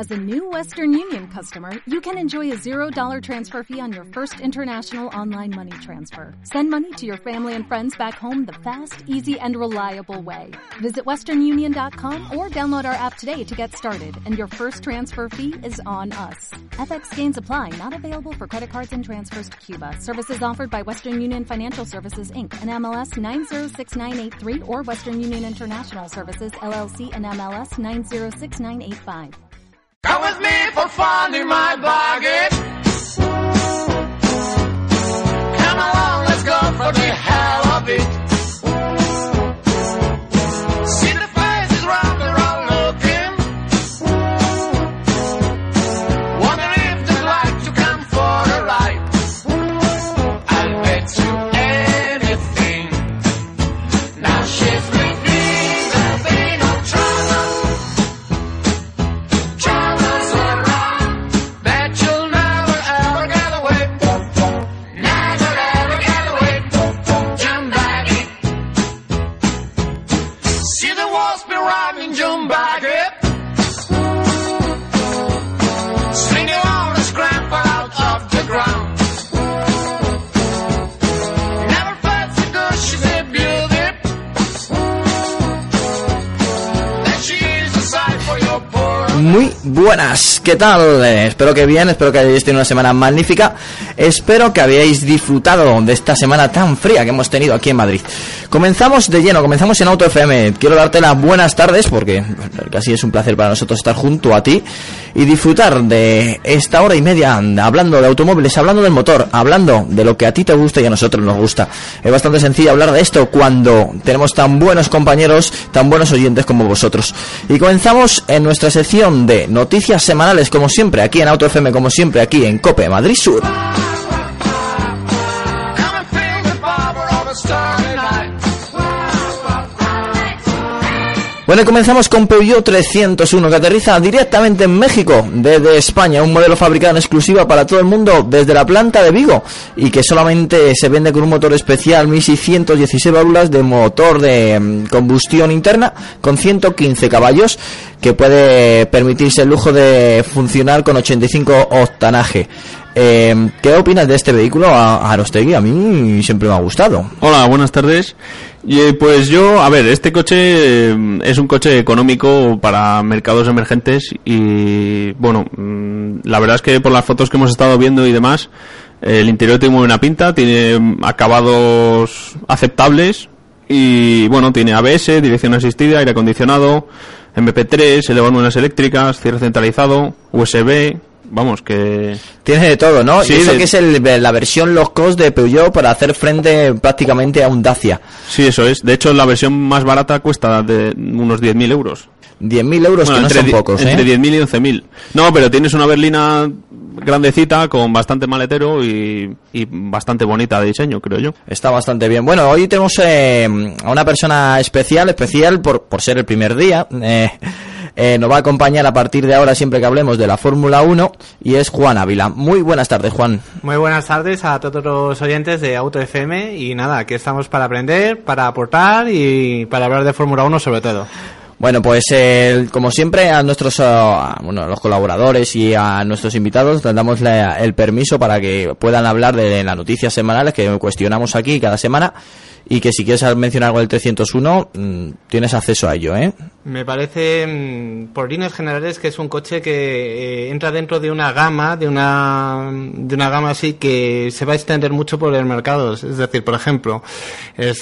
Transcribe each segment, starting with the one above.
As a new Western Union customer, you can enjoy a $0 transfer fee on your first international online money transfer. Send money to your family and friends back home the fast, easy, and reliable way. Visit westernunion.com or download our app today to get started, and your first transfer fee is on us. FX gains apply, not available for credit cards and transfers to Cuba. Services offered by Western Union Financial Services, Inc., and MLS 906983, or Western Union International Services, LLC, and MLS 906985. Come with me for fun in my bargain. Come along, let's go for the hell of it. See the faces round the road looking. Wonder if they'd like to come for a ride. I'll bet you anything. Now she's with me, there'll be no trouble. Muy buenas, ¿qué tal? Espero que bien, espero que hayáis tenido una semana magnífica. Espero que hayáis disfrutado de esta semana tan fría que hemos tenido aquí en Madrid. Comenzamos de lleno, comenzamos en Auto FM. Quiero darte las buenas tardes porque casi es un placer para nosotros estar junto a ti y disfrutar de esta hora y media hablando de automóviles, hablando del motor, hablando de lo que a ti te gusta y a nosotros nos gusta. Es bastante sencillo hablar de esto cuando tenemos tan buenos compañeros, tan buenos oyentes como vosotros. Y comenzamos en nuestra sección de noticias semanales, como siempre, aquí en Auto FM, como siempre, aquí en COPE Madrid Sur. Bueno, y comenzamos con Peugeot 301, que aterriza directamente en México, desde España, un modelo fabricado en exclusiva para todo el mundo desde la planta de Vigo, y que solamente se vende con un motor especial 1616 válvulas de motor de combustión interna, con 115 caballos, que puede permitirse el lujo de funcionar con 85 octanaje. ¿Qué opinas de este vehículo, Arostegui? A mí siempre me ha gustado. Hola, buenas tardes. Pues yo, a ver, este coche es un coche económico para mercados emergentes y, bueno, la verdad es que por las fotos que hemos estado viendo y demás, el interior tiene muy buena pinta, tiene acabados aceptables y, bueno, tiene ABS, dirección asistida, aire acondicionado, MP3, elevadores eléctricas, cierre centralizado, USB... Vamos, que... Tiene de todo, ¿no? Sí, y eso que es la versión low cost de Peugeot para hacer frente prácticamente a un Dacia. Sí, eso es. De hecho, la versión más barata cuesta de unos 10.000 euros. 10.000 euros, bueno, que no son pocos, ¿eh? Entre 10.000 y 11.000. No, pero tienes una berlina grandecita con bastante maletero y bastante bonita de diseño, creo yo. Está bastante bien. Bueno, hoy tenemos a una persona especial por ser el primer día. Nos va a acompañar a partir de ahora siempre que hablemos de la Fórmula 1 y es Juan Ávila. Muy buenas tardes, Juan. Muy buenas tardes a todos los oyentes de Auto FM y nada, aquí estamos para aprender, para aportar y para hablar de Fórmula 1 sobre todo. Bueno, pues como siempre a nuestros los colaboradores y a nuestros invitados les damos el permiso para que puedan hablar de las noticias semanales que cuestionamos aquí cada semana y que si quieres mencionar algo del 301 tienes acceso a ello, ¿eh? Me parece, por líneas generales, que es un coche que entra dentro de una gama, de una gama así que se va a extender mucho por el mercado. Es decir, por ejemplo, el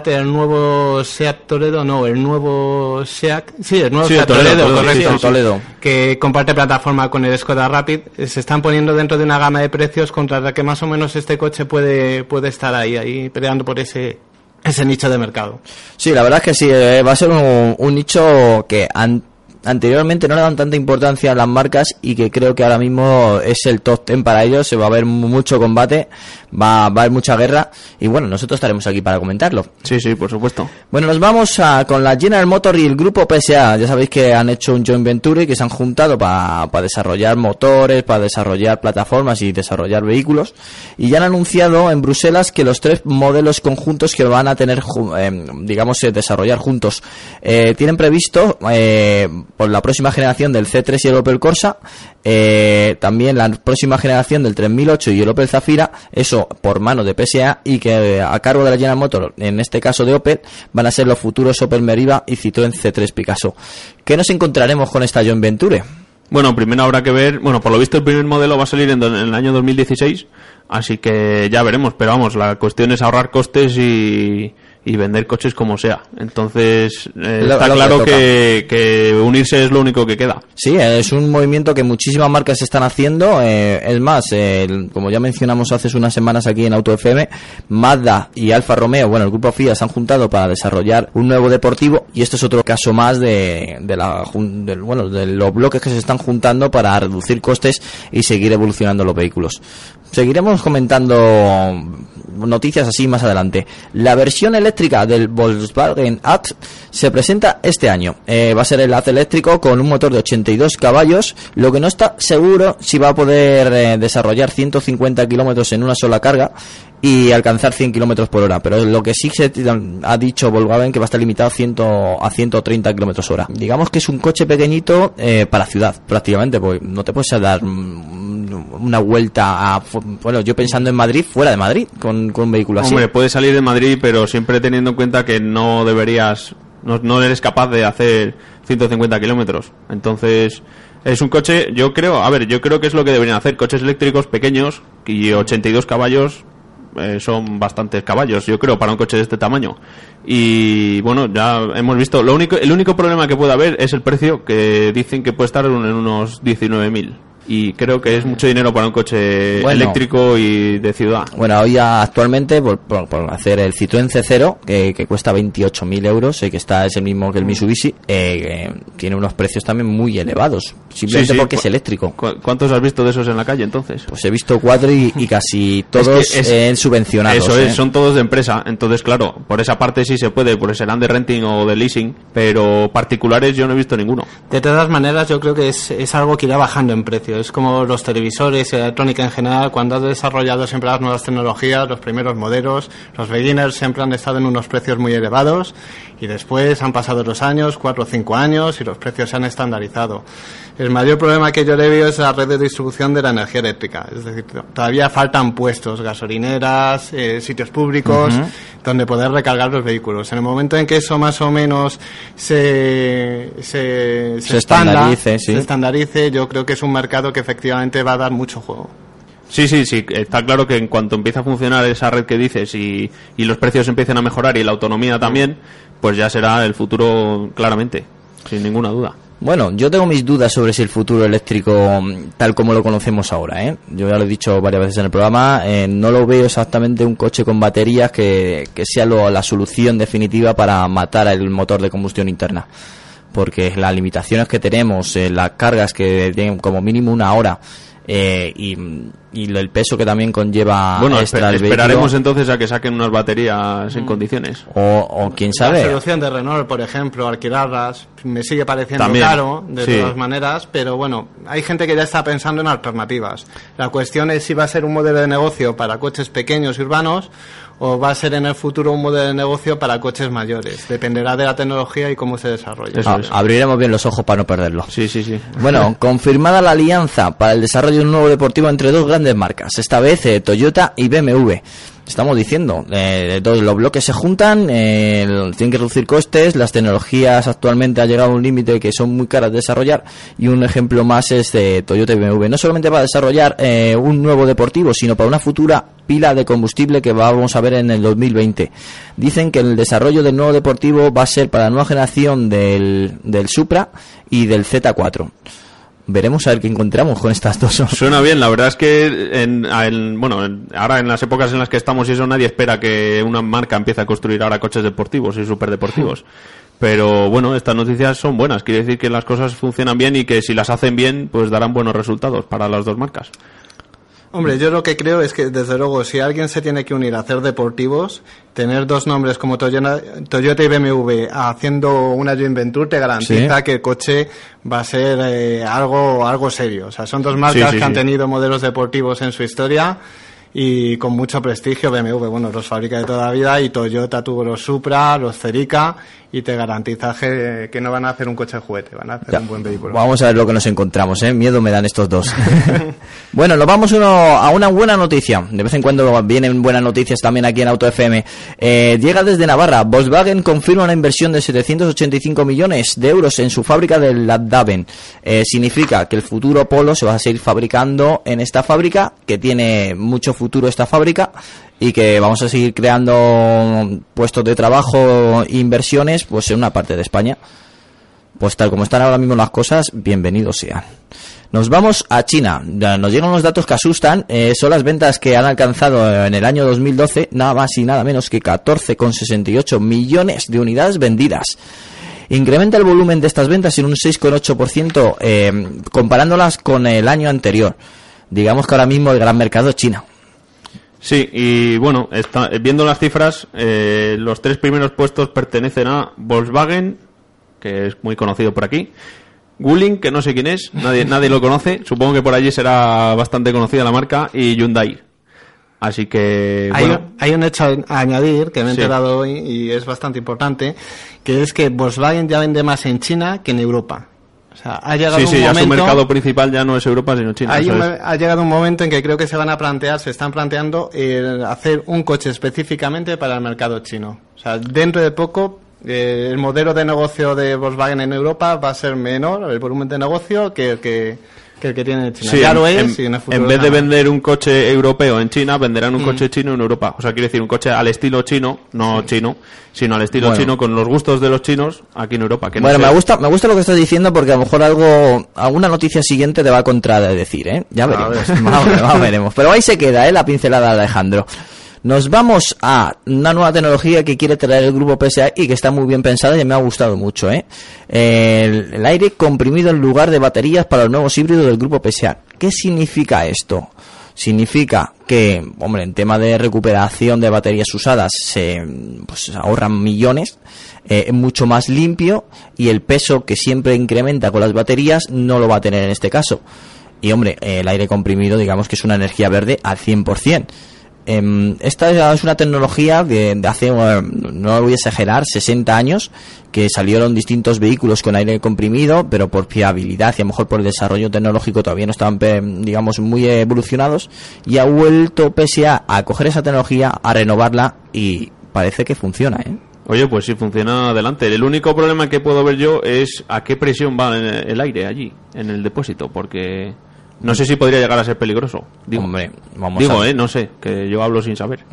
nuevo Seat Toledo, el nuevo Seat Toledo, correcto, Toledo, que comparte plataforma con el Skoda Rapid, se están poniendo dentro de una gama de precios contra la que más o menos este coche puede estar ahí peleando por ese nicho de mercado. Sí, la verdad es que sí, va a ser un nicho que anteriormente no le dan tanta importancia a las marcas y que creo que ahora mismo es el top 10 para ellos. Se va a ver mucho combate, va a haber mucha guerra y bueno, nosotros estaremos aquí para comentarlo. Sí, por supuesto. Bueno, nos vamos con la General Motors y el grupo PSA. Ya sabéis que han hecho un joint venture y que se han juntado para desarrollar motores, para desarrollar plataformas y desarrollar vehículos, y ya han anunciado en Bruselas que los 3 modelos conjuntos que van a tener desarrollar juntos tienen previsto por la próxima generación del C3 y el Opel Corsa, también la próxima generación del 3008 y el Opel Zafira, eso por mano de PSA, y que a cargo de la General Motors, en este caso de Opel, van a ser los futuros Opel Meriva y Citroën C3 Picasso. ¿Qué nos encontraremos con esta joint venture? Bueno, primero habrá que ver, bueno, por lo visto el primer modelo va a salir en el año 2016, así que ya veremos, pero vamos, la cuestión es ahorrar costes y vender coches como sea. Entonces, está claro que unirse es lo único que queda. Sí, es un movimiento que muchísimas marcas están haciendo. Es más, como ya mencionamos hace unas semanas aquí en Auto FM, Mazda y Alfa Romeo, bueno, el grupo FIA se han juntado para desarrollar un nuevo deportivo, y este es otro caso más de los bloques que se están juntando para reducir costes y seguir evolucionando los vehículos. Seguiremos comentando noticias así más adelante. La versión eléctrica del Volkswagen Abt se presenta este año. Va a ser el Abt eléctrico con un motor de 82 caballos. Lo que no está seguro si va a poder desarrollar 150 kilómetros en una sola carga y alcanzar 100 kilómetros por hora, pero lo que sí se ha dicho Volkswagen que va a estar limitado a 130 kilómetros hora. Digamos que es un coche pequeñito para ciudad, prácticamente, porque no te puedes dar una vuelta yo pensando en Madrid, fuera de Madrid, con un vehículo así. Hombre, puedes salir de Madrid, pero siempre teniendo en cuenta que no eres capaz de hacer 150 kilómetros. Entonces, es un coche, yo creo que es lo que deberían hacer, coches eléctricos pequeños y 82 caballos. Son bastantes caballos, yo creo, para un coche de este tamaño. Y bueno, ya hemos visto, el único problema que puede haber es el precio, que dicen que puede estar en unos 19.000. Y creo que es mucho dinero para un coche eléctrico y de ciudad. Bueno, hoy actualmente por hacer el Citroën C0 que cuesta 28.000 euros, que es el mismo que el Mitsubishi, tiene unos precios también muy elevados, simplemente porque es eléctrico. ¿Cuántos has visto de esos en la calle entonces? Pues he visto 4 y casi todos subvencionados. Eso es, son todos de empresa. Entonces, claro, por esa parte sí se puede, porque serán de renting o de leasing, pero particulares yo no he visto ninguno. De todas maneras, yo creo que es algo que irá bajando en precio. Es como los televisores y la electrónica en general. Cuando has desarrollado siempre las nuevas tecnologías, los primeros modelos, los beginners siempre han estado en unos precios muy elevados, y después han pasado los años, 4 o 5 años, y los precios se han estandarizado. El mayor problema que yo le veo es la red de distribución de la energía eléctrica. Es decir, todavía faltan puestos, gasolineras, sitios públicos, donde poder recargar los vehículos. En el momento en que eso más o menos se estandarice, yo creo que es un mercado que efectivamente va a dar mucho juego. Sí, está claro que en cuanto empiece a funcionar esa red que dices y los precios empiecen a mejorar y la autonomía también, pues ya será el futuro claramente, sin ninguna duda. Bueno, yo tengo mis dudas sobre si el futuro eléctrico tal como lo conocemos ahora, yo ya lo he dicho varias veces en el programa, no lo veo exactamente un coche con baterías que sea la solución definitiva para matar el motor de combustión interna, porque las limitaciones que tenemos, las cargas que tienen como mínimo 1 hora, y el peso que también conlleva esperaremos entonces a que saquen unas baterías en condiciones, o quién sabe. La solución de Renault, por ejemplo, alquilarlas, me sigue pareciendo también caro de todas maneras, pero bueno, hay gente que ya está pensando en alternativas. La cuestión es si va a ser un modelo de negocio para coches pequeños y urbanos, o va a ser en el futuro un modelo de negocio para coches mayores. Dependerá de la tecnología y cómo se desarrolle. Abriremos bien los ojos para no perderlo. Sí. Bueno, confirmada la alianza para el desarrollo de un nuevo deportivo entre dos grandes marcas, esta vez Toyota y BMW. Estamos diciendo, todos los bloques se juntan, tienen que reducir costes, las tecnologías actualmente han llegado a un límite que son muy caras de desarrollar, y un ejemplo más es de Toyota y BMW. No solamente para desarrollar un nuevo deportivo, sino para una futura pila de combustible que vamos a ver en el 2020. Dicen que el desarrollo del nuevo deportivo va a ser para la nueva generación del Supra y del Z4. Veremos a ver qué encontramos con estas dos. Suena bien, la verdad es que ahora en las épocas en las que estamos y eso, nadie espera que una marca empiece a construir ahora coches deportivos y superdeportivos. Pero bueno, estas noticias son buenas, quiere decir que las cosas funcionan bien y que si las hacen bien, pues darán buenos resultados para las dos marcas. Hombre, yo lo que creo es que, desde luego, si alguien se tiene que unir a hacer deportivos, tener dos nombres como Toyota y BMW haciendo una joint venture te garantiza que el coche va a ser algo serio. O sea, son dos marcas que han tenido modelos deportivos en su historia y con mucho prestigio. BMW, los fabrica de toda la vida, y Toyota tuvo los Supra, los Celica, y te garantiza que no van a hacer un coche de juguete, van a hacer un buen vehículo. Vamos a ver lo que nos encontramos, miedo me dan estos dos. Bueno, nos vamos a una buena noticia. De vez en cuando vienen buenas noticias también aquí en Auto FM. Llega desde Navarra. Volkswagen confirma una inversión de 785 millones de euros en su fábrica de Laddaven. Significa que el futuro Polo se va a seguir fabricando en esta fábrica, que tiene mucho futuro esta fábrica, y que vamos a seguir creando puestos de trabajo e inversiones pues en una parte de España. Pues tal como están ahora mismo las cosas, bienvenidos sean. Nos vamos a China. Nos llegan unos datos que asustan. Son las ventas que han alcanzado en el año 2012, nada más y nada menos que 14,68 millones de unidades vendidas. Incrementa el volumen de estas ventas en un 6,8% comparándolas con el año anterior. Digamos que ahora mismo el gran mercado es China. Sí, y bueno, viendo las cifras, los 3 primeros puestos pertenecen a Volkswagen, que es muy conocido por aquí, Wuling, que no sé quién es, nadie lo conoce, supongo que por allí será bastante conocida la marca, y Hyundai. Así que hay un hecho a añadir que me he enterado hoy y es bastante importante, que es que Volkswagen ya vende más en China que en Europa. O sea, ha llegado un momento, ya su mercado principal ya no es Europa sino China. Ha llegado un momento en que creo que se están planteando hacer un coche específicamente para el mercado chino. O sea, dentro de poco el modelo de negocio de Volkswagen en Europa va a ser menor, el volumen de negocio, que el que tiene en China. Sí, ya lo es, y en el futuro en vez de vender un coche europeo en China, venderán un coche chino en Europa. O sea, quiere decir un coche al estilo chino, no chino, sino al estilo chino, con los gustos de los chinos aquí en Europa. Que no me gusta lo que estás diciendo, porque a lo mejor alguna noticia siguiente te va a contradecir, Ya veremos, veremos. Pero ahí se queda, la pincelada de Alejandro. Nos vamos a una nueva tecnología que quiere traer el grupo PSA y que está muy bien pensada y me ha gustado mucho, el aire comprimido en lugar de baterías para los nuevos híbridos del grupo PSA. ¿Qué significa esto? Significa que, en tema de recuperación de baterías usadas se ahorran millones, es mucho más limpio y el peso que siempre incrementa con las baterías no lo va a tener en este caso. Y el aire comprimido, digamos que es una energía verde al 100%. Esta es una tecnología de hace, no voy a exagerar, 60 años, que salieron distintos vehículos con aire comprimido, pero por fiabilidad y a lo mejor por el desarrollo tecnológico todavía no estaban, digamos, muy evolucionados, y ha vuelto PSA a coger esa tecnología, a renovarla, y parece que funciona, Oye, pues si funciona, adelante. El único problema que puedo ver yo es a qué presión va el aire allí, en el depósito, porque no sé si podría llegar a ser peligroso. No sé, que yo hablo sin saber.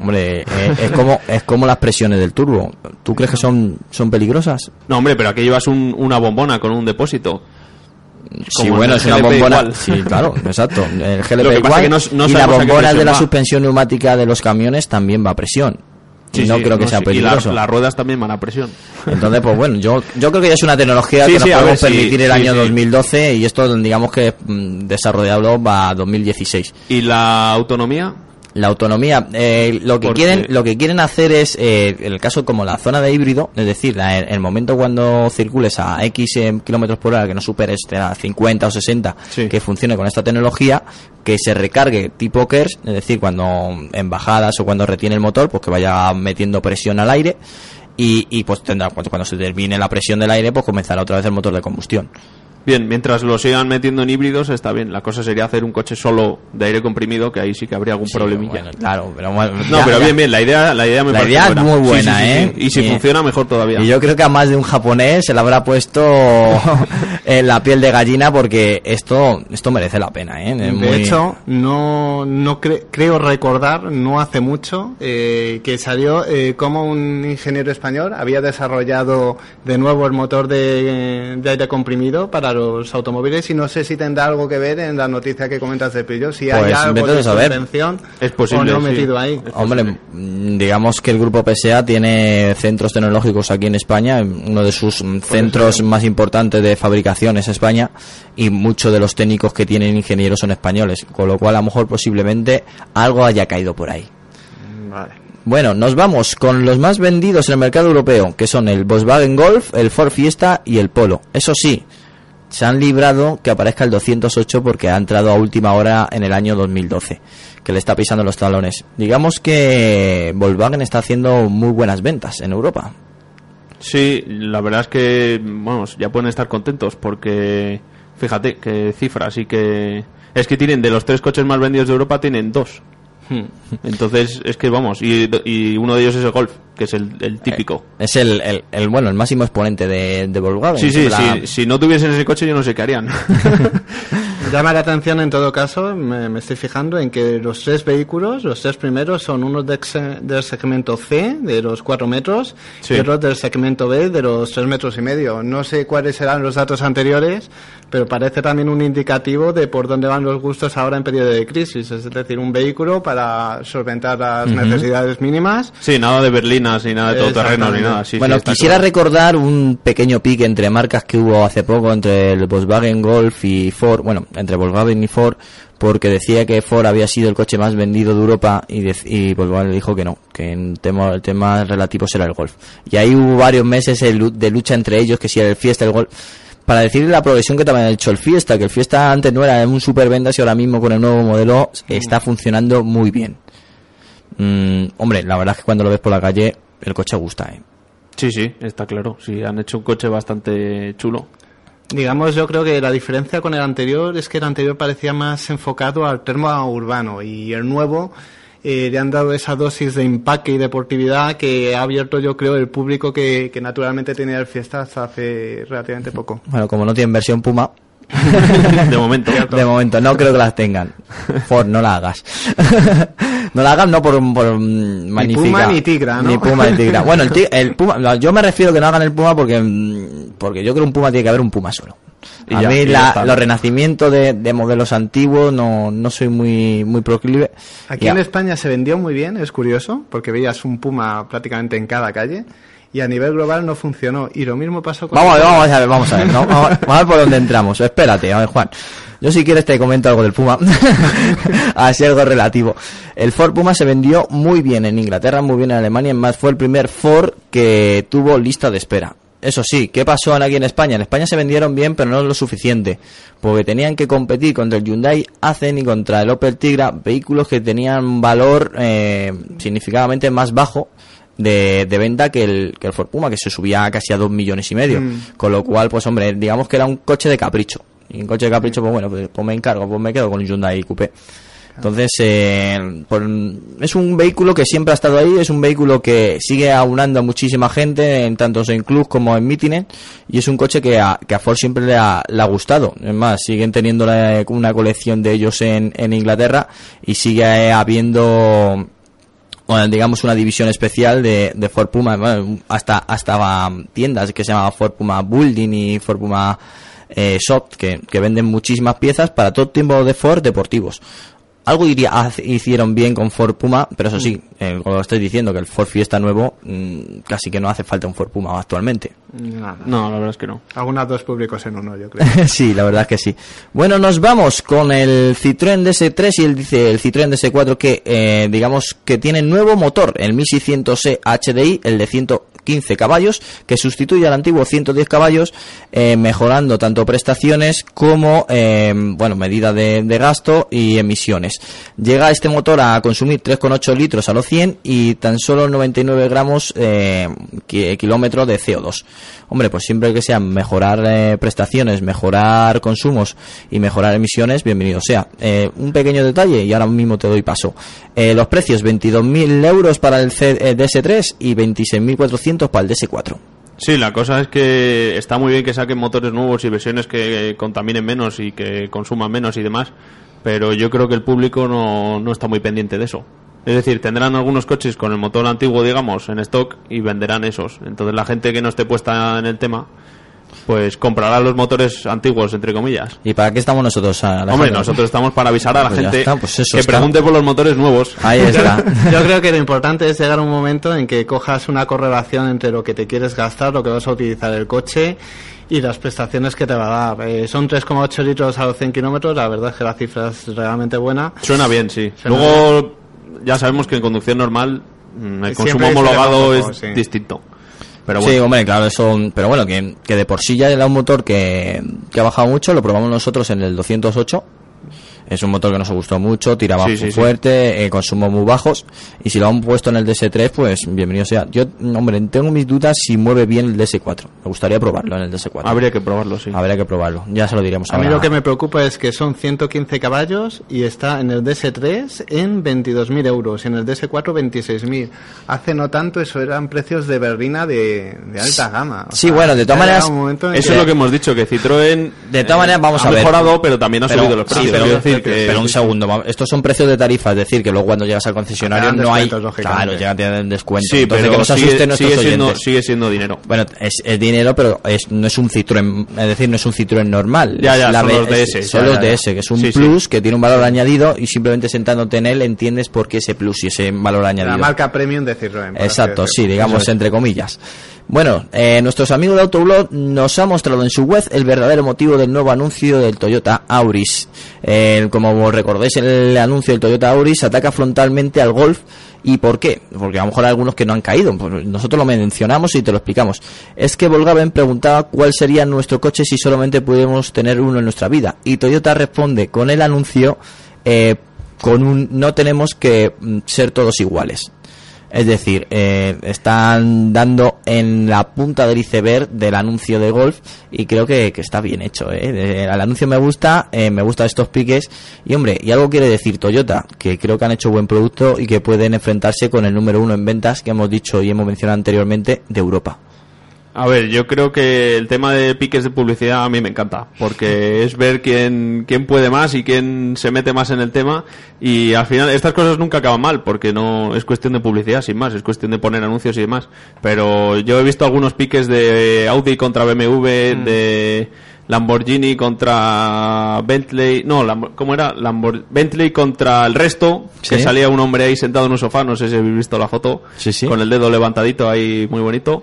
Es como las presiones del turbo. ¿Tú crees que son peligrosas? No, pero aquí llevas una bombona con un depósito. Sí, es una bombona. Igual. Sí, claro, exacto. El GLP igual, que no y la bombona de la suspensión neumática de los camiones también va a presión. Creo que sea peligroso. Y las ruedas también van a presión. Entonces, yo creo que ya es una tecnología que nos podemos permitir el año 2012, y esto, digamos que desarrollado va a 2016. ¿Y la autonomía? La autonomía, lo que quieren hacer es, en el caso como la zona de híbrido, es decir, en el momento cuando circules a X kilómetros por hora, que no superes a 50 o 60, que funcione con esta tecnología, que se recargue tipo KERS, es decir, cuando en bajadas o cuando retiene el motor, pues que vaya metiendo presión al aire, y pues tendrá, cuando se termine la presión del aire, pues comenzará otra vez el motor de combustión. Bien, mientras lo sigan metiendo en híbridos está bien. La cosa sería hacer un coche solo de aire comprimido, que ahí sí que habría algún problemilla. Bueno, claro, pero bien, la idea me parece buena. Es muy buena, sí. Y si funciona, mejor todavía. Y yo creo que a más de un japonés se le habrá puesto en la piel de gallina, porque esto merece la pena, De hecho, creo recordar, no hace mucho, que salió como un ingeniero español había desarrollado de nuevo el motor de aire comprimido para los automóviles, y no sé si tendrá algo que ver en la noticia que comentas de Pillo, si hay algo de su invención es posible, o no metido ahí. Digamos que el grupo PSA tiene centros tecnológicos aquí en España, uno de sus centros más importantes de fabricación es España, y muchos de los técnicos que tienen ingenieros son españoles, con lo cual a lo mejor posiblemente algo haya caído por ahí. Vale. Bueno, nos vamos con los más vendidos en el mercado europeo, que son el Volkswagen Golf, el Ford Fiesta y el Polo. Eso sí, se han librado que aparezca el 208 porque ha entrado a última hora en el año 2012, que le está pisando los talones. Digamos que Volkswagen está haciendo muy buenas ventas en Europa. Sí, la verdad es que, vamos, ya pueden estar contentos porque, fíjate, que cifras y que... Es que tienen, de los 3 coches más vendidos de Europa, tienen 2. Entonces, es que vamos, y uno de ellos es el Golf, que es el típico. Es el máximo exponente de Volkswagen. Sí, si no tuviesen ese coche yo no sé qué harían. Llama la atención en todo caso, me estoy fijando en que los 3 vehículos, los 3 primeros son unos del segmento C, de los 4 metros, Sí. y otros del segmento B, de los 3 metros y medio. No sé cuáles serán los datos anteriores, pero parece también un indicativo de por dónde van los gustos ahora en periodo de crisis. Es decir, un vehículo para solventar las necesidades mínimas. Sí, nada de berlinas ni nada de todoterreno ni nada. Sí, Bueno, sí, está quisiera claro. recordar un pequeño pique entre marcas que hubo hace poco entre el Volkswagen Golf y Ford, bueno, entre Volkswagen y Ford, porque decía que Ford había sido el coche más vendido de Europa y Volkswagen dijo que no, que en el tema relativo era el Golf. Y ahí hubo varios meses de lucha entre ellos, que si era el Fiesta, el Golf, para decirle la progresión que también ha hecho el Fiesta, que el Fiesta antes no era un superventas y ahora mismo con el nuevo modelo está funcionando muy bien. Hombre, la verdad es que cuando lo ves por la calle el coche gusta, Sí, está claro. Sí, han hecho un coche bastante chulo. Digamos, yo creo que la diferencia con el anterior es que el anterior parecía más enfocado al termo urbano y el nuevo le han dado esa dosis de empaque y deportividad que ha abierto, yo creo, el público que naturalmente tenía el Fiesta hasta hace relativamente poco. Bueno, como no tienen versión Puma, De momento. de momento no creo que las tengan. Ford, no la hagas. No la hagas, no por magnífica. Puma ni Tigra, ¿no? Ni Puma ni Tigra. Bueno, el Puma, no, yo me refiero que no hagan el Puma porque yo creo un Puma tiene que haber un Puma solo. Y A ya, mí y ya está. los renacimientos de modelos antiguos no soy muy proclive. Aquí Ya. en España se vendió muy bien, es curioso, porque veías un Puma prácticamente en cada calle y a nivel global no funcionó. Y lo mismo pasó con... Vamos a ver, ¿no? Vamos a ver por dónde entramos. Espérate, a ver, Juan. Yo si quieres te comento algo del Puma. Así algo relativo. El Ford Puma se vendió muy bien en Inglaterra, muy bien en Alemania. Más fue el primer Ford que tuvo lista de espera. Eso sí, ¿qué pasó aquí en España? En España se vendieron bien, pero no lo suficiente. Porque tenían que competir contra el Hyundai Accent y contra el Opel Tigra, vehículos que tenían valor significativamente más bajo de venta que el Ford Puma, que se subía casi a 2,5 millones. Con lo cual, pues hombre, digamos que era un coche de capricho. Y un coche de capricho, pues bueno, pues me encargo, pues me quedo con el Hyundai Coupé. Entonces, pues, es un vehículo que siempre ha estado ahí, es un vehículo que sigue aunando a muchísima gente, en tanto en clubs como en mítines, y es un coche que a Ford siempre le ha gustado. Es más, siguen teniendo una colección de ellos en Inglaterra y sigue habiendo... Bueno, digamos una división especial de Ford Puma, bueno, hasta tiendas que se llama Ford Puma Building y Ford Puma Soft, que venden muchísimas piezas para todo tipo de Ford deportivos. Algo hicieron bien con Ford Puma, pero eso sí, como estoy diciendo, que el Ford Fiesta nuevo casi que no hace falta un Ford Puma actualmente. Nada. No, la verdad es que no. Algunas dos públicos en uno, yo creo. Sí, la verdad es que sí. Bueno, nos vamos con el Citroën DS3 y el Citroën DS4 que digamos que tiene nuevo motor, el 1600E HDI, el de 115 caballos, que sustituye al antiguo 110 caballos, mejorando tanto prestaciones como medida de gasto y emisiones. Llega este motor a consumir 3,8 litros a los 100 y tan solo 99 gramos kilómetro de CO2. Hombre, pues siempre que sea mejorar prestaciones, mejorar consumos y mejorar emisiones, bienvenido sea. Un pequeño detalle y ahora mismo te doy paso. Los precios, 22.000 euros para el DS3 y 26.400 para el DS4. Sí, la cosa es que está muy bien que saquen motores nuevos y versiones que contaminen menos y que consuman menos y demás, pero yo creo que el público no está muy pendiente de eso. Es decir, tendrán algunos coches con el motor antiguo, digamos, en stock y venderán esos. Entonces la gente que no esté puesta en el tema, pues comprará los motores antiguos, entre comillas. ¿Y para qué estamos nosotros? Hombre, nosotros estamos para avisar a la Pues ya gente está, pues eso que está. pregunte por los motores nuevos. Ahí está. Yo creo que lo importante es llegar a un momento en que cojas una correlación entre lo que te quieres gastar, lo que vas a utilizar el coche y las prestaciones que te va a dar. Son 3,8 litros a los 100 kilómetros, la verdad es que la cifra es realmente buena. Suena bien, sí. Suena Luego ya sabemos que en conducción normal el Siempre consumo se homologado le va un poco, es sí. distinto. Pero bueno. Sí, hombre, claro, eso, pero bueno, que de por sí ya era un motor que ha bajado mucho, lo probamos nosotros en el 208 Es un motor que nos gustó mucho, tiraba Sí, sí, fuerte, consumos muy bajos, y si lo han puesto en el DS3, pues bienvenido sea. Yo, hombre, tengo mis dudas si mueve bien el DS4. Me gustaría probarlo en el DS4. Habría que probarlo, sí. Habría que probarlo. Ya se lo diremos A mí ahora. lo que me preocupa es que son 115 caballos y está en el DS3 en 22.000 euros, en el DS4 26.000. Hace no tanto eso eran precios de berlina de alta gama. O Sí, sea, bueno, de todas ya llega maneras, un momento en Eso que- es lo que hemos dicho, que Citroën De todas maneras, vamos ha a ver. mejorado, pero también ha subido los precios. Sí, pero, Quiero decir que- pero un segundo, estos son precios de tarifa, es decir, que luego cuando llegas al concesionario Te dan no hay... descuentos, lógicamente. Claro, llegan a tener descuento. Sí, Entonces, pero que nos asusten nuestros oyentes. sigue siendo dinero. Bueno, es dinero, pero no es un Citroën, es decir, no es un Citroën normal. Ya, Es ya, son los es- DS, Son ya, los ya, ya. DS, que es un Sí, sí. plus que tiene un valor añadido y simplemente sentándote en él entiendes por qué ese plus y ese valor añadido. La marca premium de Citroën. por así Exacto, sí, decirlo. digamos entre comillas. Bueno, nuestros amigos de Autoblog nos ha mostrado en su web el verdadero motivo del nuevo anuncio del Toyota Auris. Como recordáis, el anuncio del Toyota Auris ataca frontalmente al Golf. ¿Y por qué? Porque a lo mejor hay algunos que no han caído. Pues nosotros lo mencionamos y te lo explicamos. Es que Volkswagen preguntaba cuál sería nuestro coche si solamente pudiéramos tener uno en nuestra vida. Y Toyota responde con el anuncio no tenemos que ser todos iguales. Es decir, están dando en la punta del iceberg del anuncio de Golf y creo que está bien hecho. El anuncio me gusta estos piques y hombre, y algo quiere decir Toyota, que creo que han hecho buen producto y que pueden enfrentarse con el número 1 en ventas que hemos dicho y hemos mencionado anteriormente de Europa. A ver, yo creo que el tema de piques de publicidad a mí me encanta, porque es ver quién puede más y quién se mete más en el tema, y al final estas cosas nunca acaban mal, porque no es cuestión de publicidad sin más, es cuestión de poner anuncios y demás. Pero yo he visto algunos piques de Audi contra BMW, de Lamborghini contra Bentley, ¿cómo era? Bentley contra el resto, Sí. que salía un hombre ahí sentado en un sofá, no sé si habéis visto la foto, Sí. con el dedo levantadito ahí muy bonito.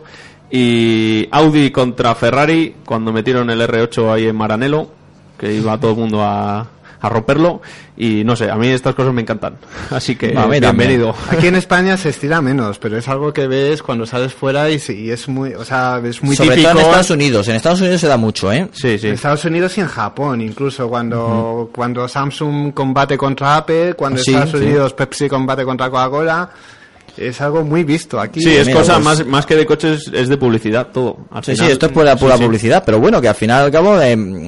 Y Audi contra Ferrari cuando metieron el R8 ahí en Maranello, que iba todo el mundo a romperlo, y no sé, a mí estas cosas me encantan, así que A mí bienvenido. Aquí en España se estira menos, pero es algo que ves cuando sales fuera y es muy, o sea, es muy Sobre típico. todo en Estados Unidos. En Estados Unidos se da mucho, Sí, sí. En Estados Unidos y en Japón, incluso cuando Samsung combate contra Apple, cuando Sí, Estados sí. Unidos Pepsi combate contra Coca-Cola, es algo muy visto aquí. Sí, es Mira, cosa pues- más que de coches, es de publicidad todo. Al Sí, final. sí, esto es pura Sí, sí. publicidad, pero bueno, que al final y al cabo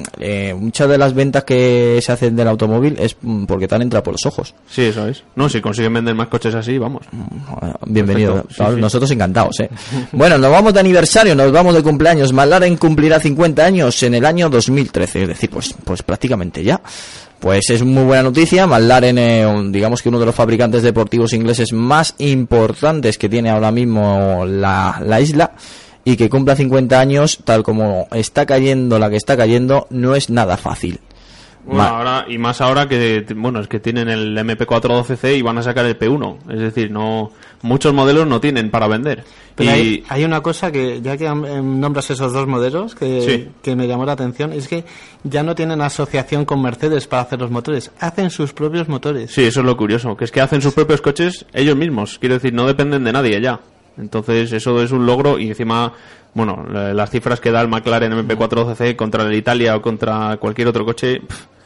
muchas de las ventas que se hacen del automóvil es porque te han entrado por los ojos. Sí, eso es. No, si consiguen vender más coches así, vamos. Bienvenido, Perfecto, sí, Pablo, sí. nosotros encantados, Bueno, nos vamos de aniversario, nos vamos de cumpleaños. McLaren cumplirá 50 años en el año 2013, es decir, pues prácticamente ya. Pues es muy buena noticia. McLaren, digamos que uno de los fabricantes deportivos ingleses más importantes que tiene ahora mismo la isla, y que cumpla 50 años, tal como está cayendo la que está cayendo, no es nada fácil. Bueno, más ahora que, bueno, es que tienen el MP4 12C y van a sacar el P1. Es decir, muchos modelos no tienen para vender. Pero Y hay una cosa que, ya que nombras esos dos modelos, Sí. que me llamó la atención, es que ya no tienen asociación con Mercedes para hacer los motores, hacen sus propios motores. sí, eso es lo curioso, que es que hacen sus propios coches ellos mismos. Quiero decir, no dependen de nadie ya. Entonces, eso es un logro, y encima, bueno, las cifras que da el McLaren MP4 12C contra el Italia o contra cualquier otro coche,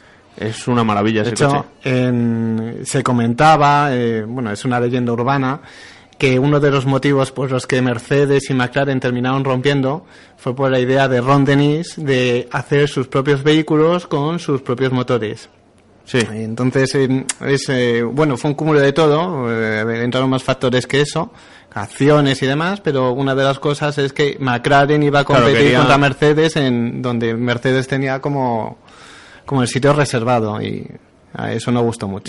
es una maravilla De ese hecho, coche. se comentaba, bueno, es una leyenda urbana, que uno de los motivos por los que Mercedes y McLaren terminaron rompiendo fue por la idea de Ron Dennis de hacer sus propios vehículos con sus propios motores. Sí. Entonces, bueno, fue un cúmulo de todo, entraron más factores que eso, acciones y demás, pero una de las cosas es que McLaren iba a Claro, competir quería- contra Mercedes, en donde Mercedes tenía como el sitio reservado, y a eso no gustó mucho.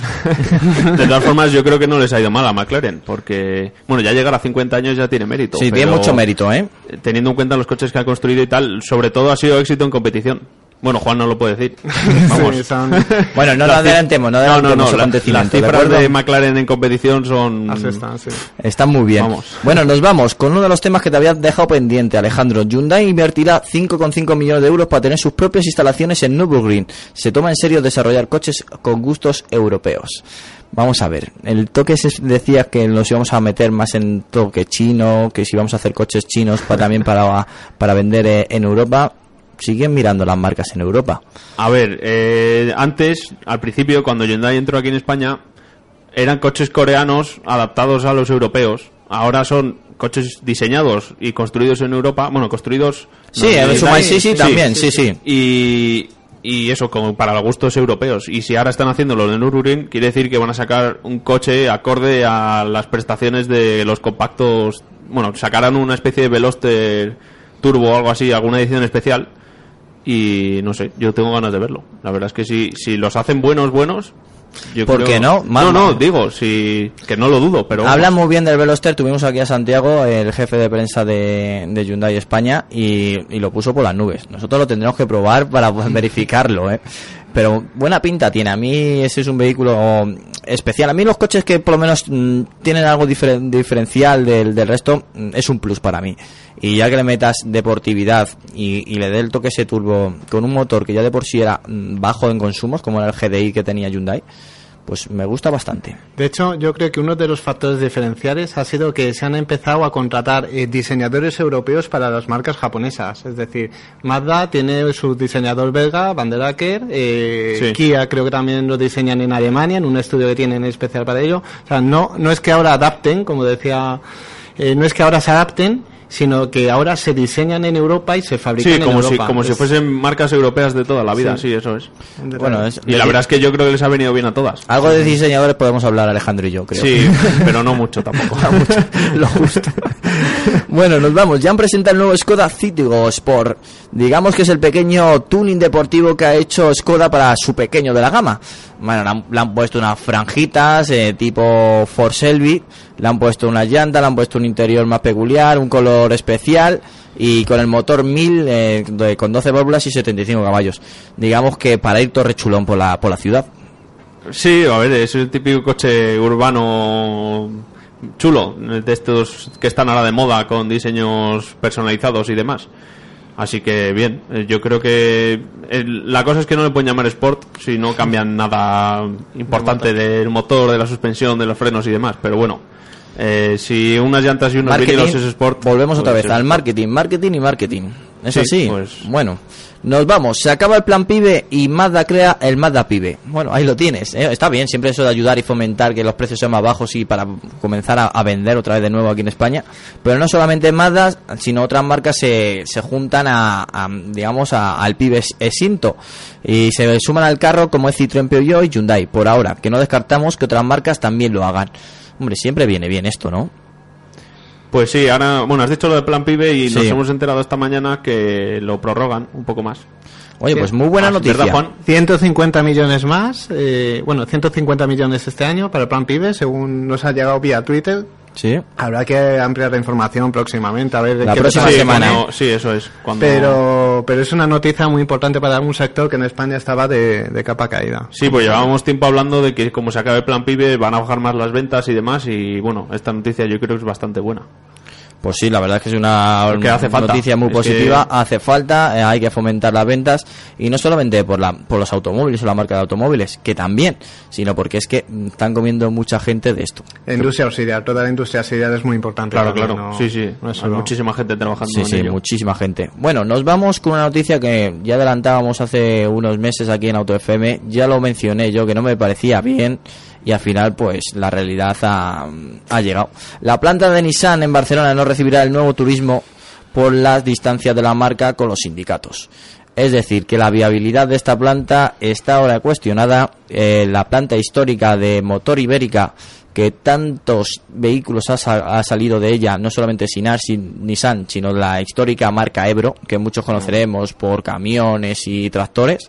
De todas formas, yo creo que no les ha ido mal a McLaren, porque, bueno, ya llegar a 50 años ya tiene mérito. Sí, pero tiene mucho mérito, teniendo en cuenta los coches que ha construido y tal, sobre todo ha sido éxito en competición. Bueno, Juan no lo puede decir. Vamos. Sí, son- Bueno, no Las adelantemos su las acontecimiento, ¿de cifras acuerdo? de McLaren en competición son... así están, sí. Está muy bien. Vamos. Bueno, nos vamos con uno de los temas que te habías dejado pendiente, Alejandro. Hyundai invertirá 5,5 millones de euros para tener sus propias instalaciones en Nürburgring. Se toma en serio desarrollar coches con gustos europeos. Vamos a ver, el toque decía que nos íbamos a meter más en toque chino, que si íbamos a hacer coches chinos también para vender en Europa. siguen mirando las marcas en Europa. A ver, antes, al principio, cuando Hyundai entró aquí en España, eran coches coreanos adaptados a los europeos. Ahora son coches diseñados y construidos en Europa. Bueno, construidos... Sí, en Hyundai, también, sí. Y eso, como para los gustos europeos. Y si ahora están haciendo lo de Nürburgring, quiere decir que van a sacar un coche acorde a las prestaciones de los compactos. Bueno, sacarán una especie de Veloster Turbo o algo así, alguna edición especial. Y no sé, yo tengo ganas de verlo. La verdad es que si los hacen buenos, yo ¿por creo... qué no? Digo, que no lo dudo, pero... Habla muy bien del Veloster. Tuvimos aquí a Santiago, el jefe de prensa de Hyundai España, y lo puso por las nubes. Nosotros lo tendremos que probar para verificarlo, pero buena pinta tiene. A mí ese es un vehículo especial. A mí los coches que por lo menos tienen algo diferencial del resto es un plus para mí. Y ya que le metas deportividad y le dé el toque ese turbo con un motor que ya de por sí era bajo en consumos, como era el GDI que tenía Hyundai, pues me gusta bastante. De hecho, yo creo que uno de los factores diferenciales ha sido que se han empezado a contratar diseñadores europeos para las marcas japonesas. Es decir, Mazda tiene su diseñador belga, Van der Acker, sí. Kia creo que también lo diseñan en Alemania, en un estudio que tienen especial para ello. O sea, no es que ahora adapten, como decía, no es que ahora se adapten, sino que ahora se diseñan en Europa y se fabrican en Europa. Como si fuesen marcas europeas de toda la vida, sí eso es. Bueno, y la verdad es que yo creo que les ha venido bien a todas. Algo de diseñadores podemos hablar Alejandro y yo, creo. Sí, pero no mucho tampoco. Lo justo. Bueno, nos vamos. Ya han presentado el nuevo Skoda Citigo Sport. Digamos que es el pequeño tuning deportivo que ha hecho Skoda para su pequeño de la gama. Bueno, le han puesto unas franjitas tipo Ford Shelby, le han puesto unas llantas, le han puesto un interior más peculiar, un color especial y con el motor 1000 con 12 válvulas y 75 caballos. Digamos que para ir torre chulón por la ciudad. Sí, a ver, es el típico coche urbano chulo, de estos que están ahora de moda con diseños personalizados y demás. Así que bien, yo creo que la cosa es que no le pueden llamar Sport si no cambian nada importante del motor, de la suspensión, de los frenos y demás, pero bueno, si unas llantas y unos vinilos es Sport... Volvemos otra vez al Sport. marketing. ¿Es sí, así? Pues... Bueno, nos vamos. Se acaba el plan PIBE y Mazda crea el Mazda PIBE. Bueno, ahí lo tienes. Está bien, siempre eso de ayudar y fomentar que los precios sean más bajos y para comenzar a vender otra vez de nuevo aquí en España. Pero no solamente Mazda, sino otras marcas se juntan al PIBE extinto y se suman al carro, como es Citroën, Peugeot y Hyundai. Por ahora, que no descartamos que otras marcas también lo hagan. Hombre, siempre viene bien esto, ¿no? Pues sí, ahora, bueno, has dicho lo del plan PIBE y sí. Nos hemos enterado esta mañana que lo prorrogan un poco más. Oye, pues muy buena noticia. ¿Verdad, Juan? 150 millones más, 150 millones este año para el plan PIBE, según nos ha llegado vía Twitter. Sí. Habrá que ampliar la información próximamente, a ver la qué próxima semana. Sí, eso es. Pero es una noticia muy importante para un sector que en España estaba de capa caída. Sí, pues llevábamos tiempo hablando de que como se acabe el plan PIBE van a bajar más las ventas y demás, y bueno, esta noticia yo creo que es bastante buena. Pues sí, la verdad es que es una noticia muy positiva, hace falta, hay que fomentar las ventas, y no solamente por los automóviles o la marca de automóviles, que también, sino porque es que están comiendo mucha gente de esto. La industria auxiliar, toda la industria auxiliar es muy importante. Claro, también, claro, ¿no? sí, no es hay solo... muchísima gente trabajando en ello. Muchísima gente. Bueno, nos vamos con una noticia que ya adelantábamos hace unos meses aquí en Auto FM, ya lo mencioné yo, que no me parecía bien, y al final pues la realidad ha llegado. La planta de Nissan en Barcelona no recibirá el nuevo turismo por las distancias de la marca con los sindicatos. Es decir, que la viabilidad de esta planta está ahora cuestionada. La planta histórica de motor Ibérica, que tantos vehículos ha salido de ella, no solamente Nissan, sino la histórica marca Ebro, que muchos conoceremos por camiones y tractores,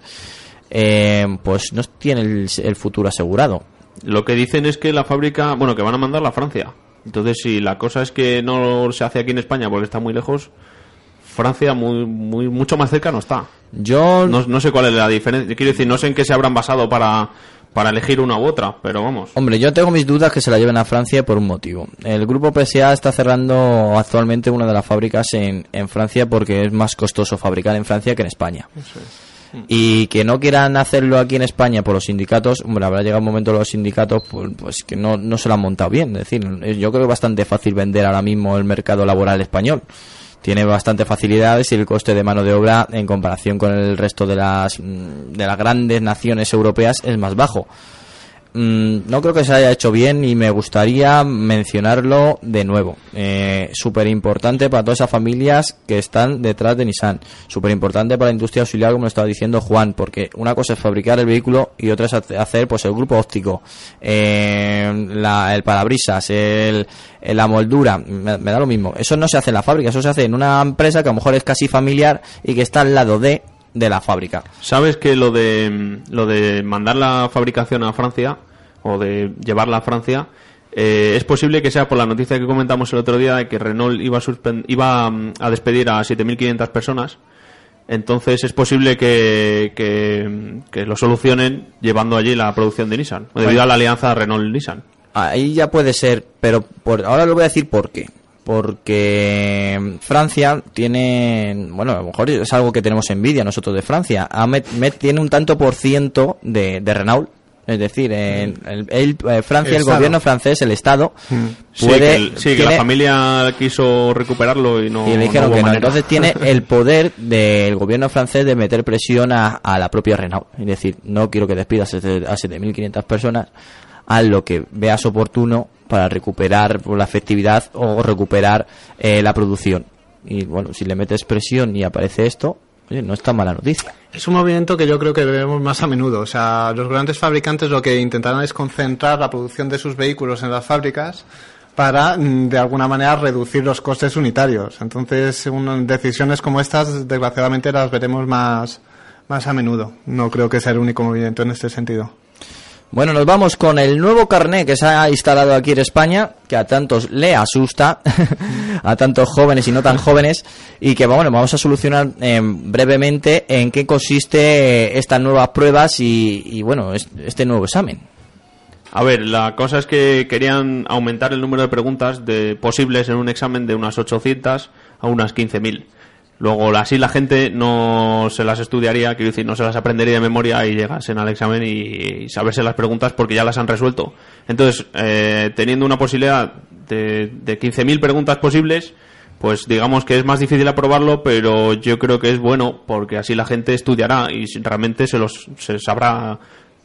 pues no tiene el futuro asegurado. Lo que dicen es que la fábrica, que van a mandarla a Francia. Entonces, si la cosa es que no se hace aquí en España porque está muy lejos, Francia mucho más cerca no está. Yo no sé cuál es la diferencia. Quiero decir, no sé en qué se habrán basado para elegir una u otra, pero vamos. Hombre, yo tengo mis dudas que se la lleven a Francia por un motivo. El grupo PSA está cerrando actualmente una de las fábricas en Francia porque es más costoso fabricar en Francia que en España. Eso es. Y que no quieran hacerlo aquí en España por los sindicatos, habrá llegado un momento los sindicatos pues que no se lo han montado bien. Es decir, yo creo que es bastante fácil vender ahora mismo el mercado laboral español. tiene bastantes facilidades y el coste de mano de obra en comparación con el resto de las grandes naciones europeas es más bajo. No creo que se haya hecho bien y me gustaría mencionarlo de nuevo. Súper importante para todas esas familias que están detrás de Nissan. Súper importante para la industria auxiliar, como lo estaba diciendo Juan, porque una cosa es fabricar el vehículo y otra es hacer pues el grupo óptico, el parabrisas, la moldura. Me da lo mismo. Eso no se hace en la fábrica, eso se hace en una empresa que a lo mejor es casi familiar y que está al lado de la fábrica. ¿Sabes que lo de mandar la fabricación a Francia o de llevarla a Francia es posible que sea por la noticia que comentamos el otro día de que Renault iba a despedir a 7.500 personas? Entonces es posible que lo solucionen llevando allí la producción de Nissan, debido a la alianza Renault-Nissan. Ahí ya puede ser, pero ahora lo voy a decir por qué. Porque Francia tiene, bueno, a lo mejor es algo que tenemos envidia nosotros de Francia. Met tiene un tanto por ciento de Renault. Es decir, Francia, el gobierno francés, el Estado, puede... que la familia quiso recuperarlo y no... Y le dijeron no que no. manera. Entonces tiene el poder del gobierno francés de meter presión a la propia Renault. Es decir, no quiero que despidas a 7.500 personas, haz lo que veas oportuno para recuperar la efectividad o recuperar la producción. Y bueno, si le metes presión y aparece esto, oye, no es tan mala noticia. Es un movimiento que yo creo que vemos más a menudo. O sea, los grandes fabricantes lo que intentarán es concentrar la producción de sus vehículos en las fábricas para, de alguna manera, reducir los costes unitarios. Entonces, decisiones como estas, desgraciadamente, las veremos más a menudo. No creo que sea el único movimiento en este sentido. Bueno, nos vamos con el nuevo carné que se ha instalado aquí en España, que a tantos le asusta, a tantos jóvenes y no tan jóvenes, y que bueno, vamos a solucionar brevemente en qué consiste estas nuevas pruebas y bueno, este nuevo examen. A ver, la cosa es que querían aumentar el número de preguntas posibles en un examen de unas 800 a unas 15.000. Luego así la gente no se las estudiaría, quiero decir, no se las aprendería de memoria y llegasen al examen y saberse las preguntas porque ya las han resuelto. Entonces, teniendo una posibilidad de 15.000 preguntas posibles, pues digamos que es más difícil aprobarlo, pero yo creo que es bueno porque así la gente estudiará y realmente sabrá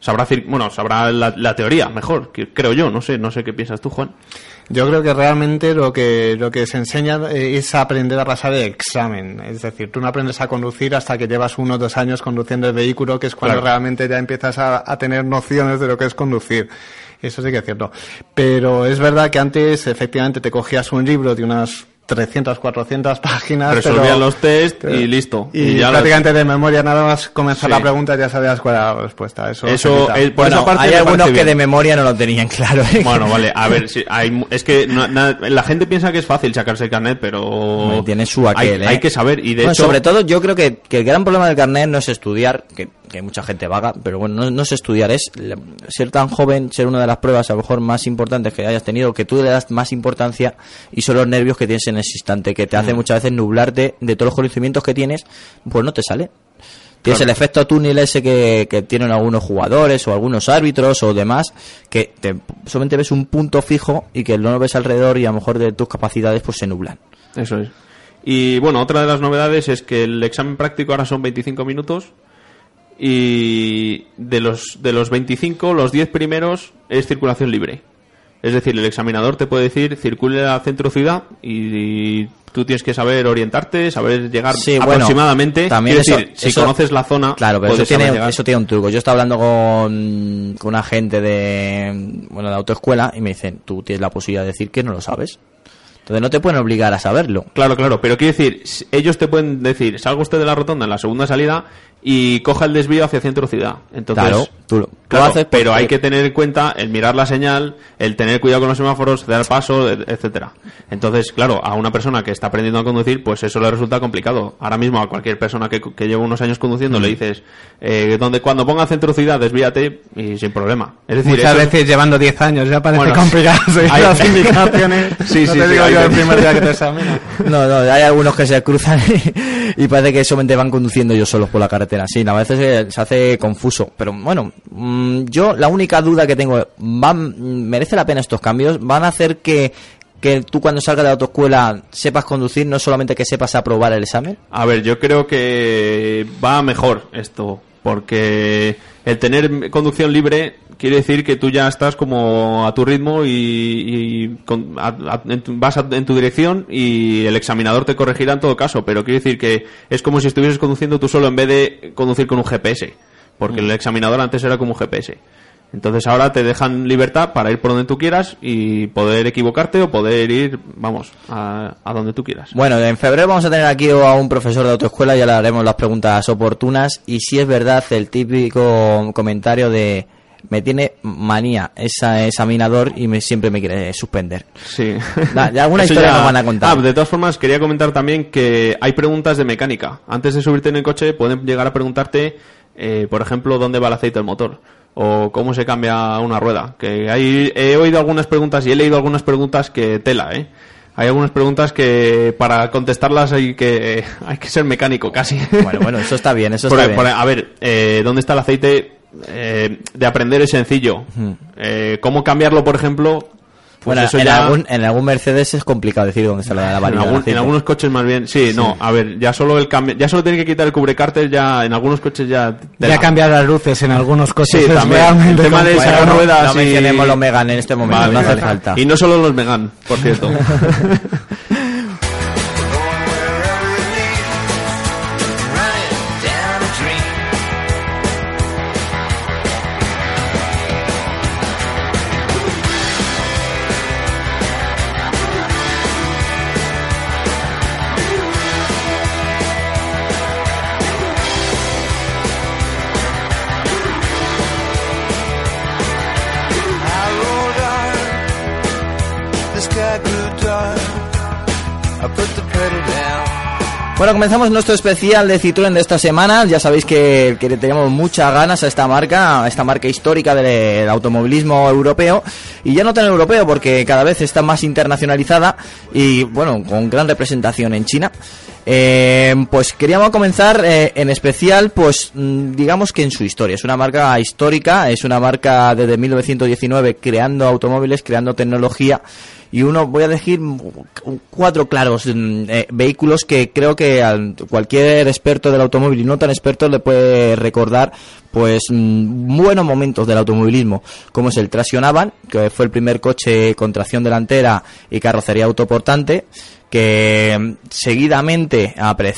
la teoría mejor, creo yo. No sé qué piensas tú, Juan. Yo creo que realmente lo que se enseña es aprender a pasar el examen. Es decir, tú no aprendes a conducir hasta que llevas 1 o 2 años conduciendo el vehículo, que es cuando realmente ya empiezas a tener nociones de lo que es conducir. Eso sí que es cierto. Pero es verdad que antes efectivamente te cogías un libro de unas 300, 400 páginas. Resolvían los test y listo. Y ya prácticamente de memoria, nada más comenzar la pregunta ya sabías cuál era la respuesta. Por esa parte hay algunos que de memoria no lo tenían claro. Bueno, vale, a ver, es que la gente piensa que es fácil sacarse el carnet, pero tiene su aquel, hay que saber. Y de hecho, sobre todo yo creo que el gran problema del carnet no es estudiar, que hay mucha gente vaga, pero bueno, no es estudiar, es ser tan joven, ser una de las pruebas a lo mejor más importantes que hayas tenido, que tú le das más importancia, y son los nervios que tienes en ese instante, que te hace muchas veces nublarte de todos los conocimientos que tienes, pues no te sale. Tienes el efecto túnel ese que tienen algunos jugadores o algunos árbitros o demás, que solamente ves un punto fijo y que no lo ves alrededor y a lo mejor de tus capacidades pues se nublan. Eso es. Y bueno, otra de las novedades es que el examen práctico ahora son 25 minutos y de los 25, los 10 primeros es circulación libre. Es decir, el examinador te puede decir circule a centro ciudad y tú tienes que saber orientarte, saber llegar aproximadamente. También si conoces la zona, claro, pero eso tiene un truco. Yo estaba hablando con un agente de autoescuela y me dicen, tú tienes la posibilidad de decir que no lo sabes. Entonces no te pueden obligar a saberlo. Claro, pero quiero decir, ellos te pueden decir, salga usted de la rotonda en la segunda salida y coja el desvío hacia centro ciudad. Entonces, claro, tú lo haces, pero hay que tener en cuenta el mirar la señal, el tener cuidado con los semáforos, dar paso, etcétera. Entonces, claro, a una persona que está aprendiendo a conducir, pues eso le resulta complicado. Ahora mismo a cualquier persona que lleva unos años conduciendo le dices, cuando ponga centro ciudad, desvíate y sin problema. Es decir, muchas veces llevando 10 años ya parece complicado seguir las indicaciones. Sí, no te digo yo el primer día que te examina. No, hay algunos que se cruzan y parece que solamente van conduciendo ellos solos por la carretera. Sí, a veces se hace confuso. Pero bueno, yo la única duda que tengo, ¿merece la pena estos cambios? ¿Van a hacer que que tú cuando salgas de la autoescuela sepas conducir, no solamente que sepas aprobar el examen? A ver, yo creo que va mejor esto, porque el tener conducción libre quiere decir que tú ya estás como a tu ritmo vas en tu dirección y el examinador te corregirá en todo caso, pero quiere decir que es como si estuvieses conduciendo tú solo en vez de conducir con un GPS, porque el examinador antes era como un GPS. Entonces ahora te dejan libertad para ir por donde tú quieras y poder equivocarte o poder ir, vamos, a donde tú quieras. Bueno, en febrero vamos a tener aquí a un profesor de autoescuela, ya le haremos las preguntas oportunas, y si es verdad el típico comentario de me tiene manía ese examinador y siempre me quiere suspender. Sí. Ya alguna historia nos van a contar. De todas formas, quería comentar también que hay preguntas de mecánica. Antes de subirte en el coche pueden llegar a preguntarte, por ejemplo, dónde va el aceite del motor o cómo se cambia una rueda. Que he oído algunas preguntas y he leído algunas preguntas que tela, Hay algunas preguntas que para contestarlas hay que ser mecánico casi. Bueno, eso está bien, eso está bien. A ver, ¿dónde está el aceite? De aprender es sencillo. ¿Cómo cambiarlo, por ejemplo? Pues bueno, eso en algún Mercedes es complicado decir dónde se le da la varilla. En algunos coches más bien, sí, no, a ver, ya solo tiene que quitar el cubrecárter, ya en algunos coches ya cambiar las luces en algunos coches. Sí, también. El tema de sacar ruedas. No mencionemos los Megane en este momento, vale, no hace falta. Y no solo los Megane, por cierto. Bueno, comenzamos nuestro especial de Citroën de esta semana. Ya sabéis que tenemos muchas ganas a esta marca histórica del automovilismo europeo, y ya no tan europeo porque cada vez está más internacionalizada y bueno, con gran representación en China. Pues queríamos comenzar en especial, pues digamos que en su historia. Es una marca histórica, es una marca desde 1919 creando automóviles, creando tecnología. Y voy a decir 4 claros vehículos que creo que a cualquier experto del automóvil y no tan experto le puede recordar pues buenos momentos del automovilismo, como es el Traction Avant, que fue el primer coche con tracción delantera y carrocería autoportante, que seguidamente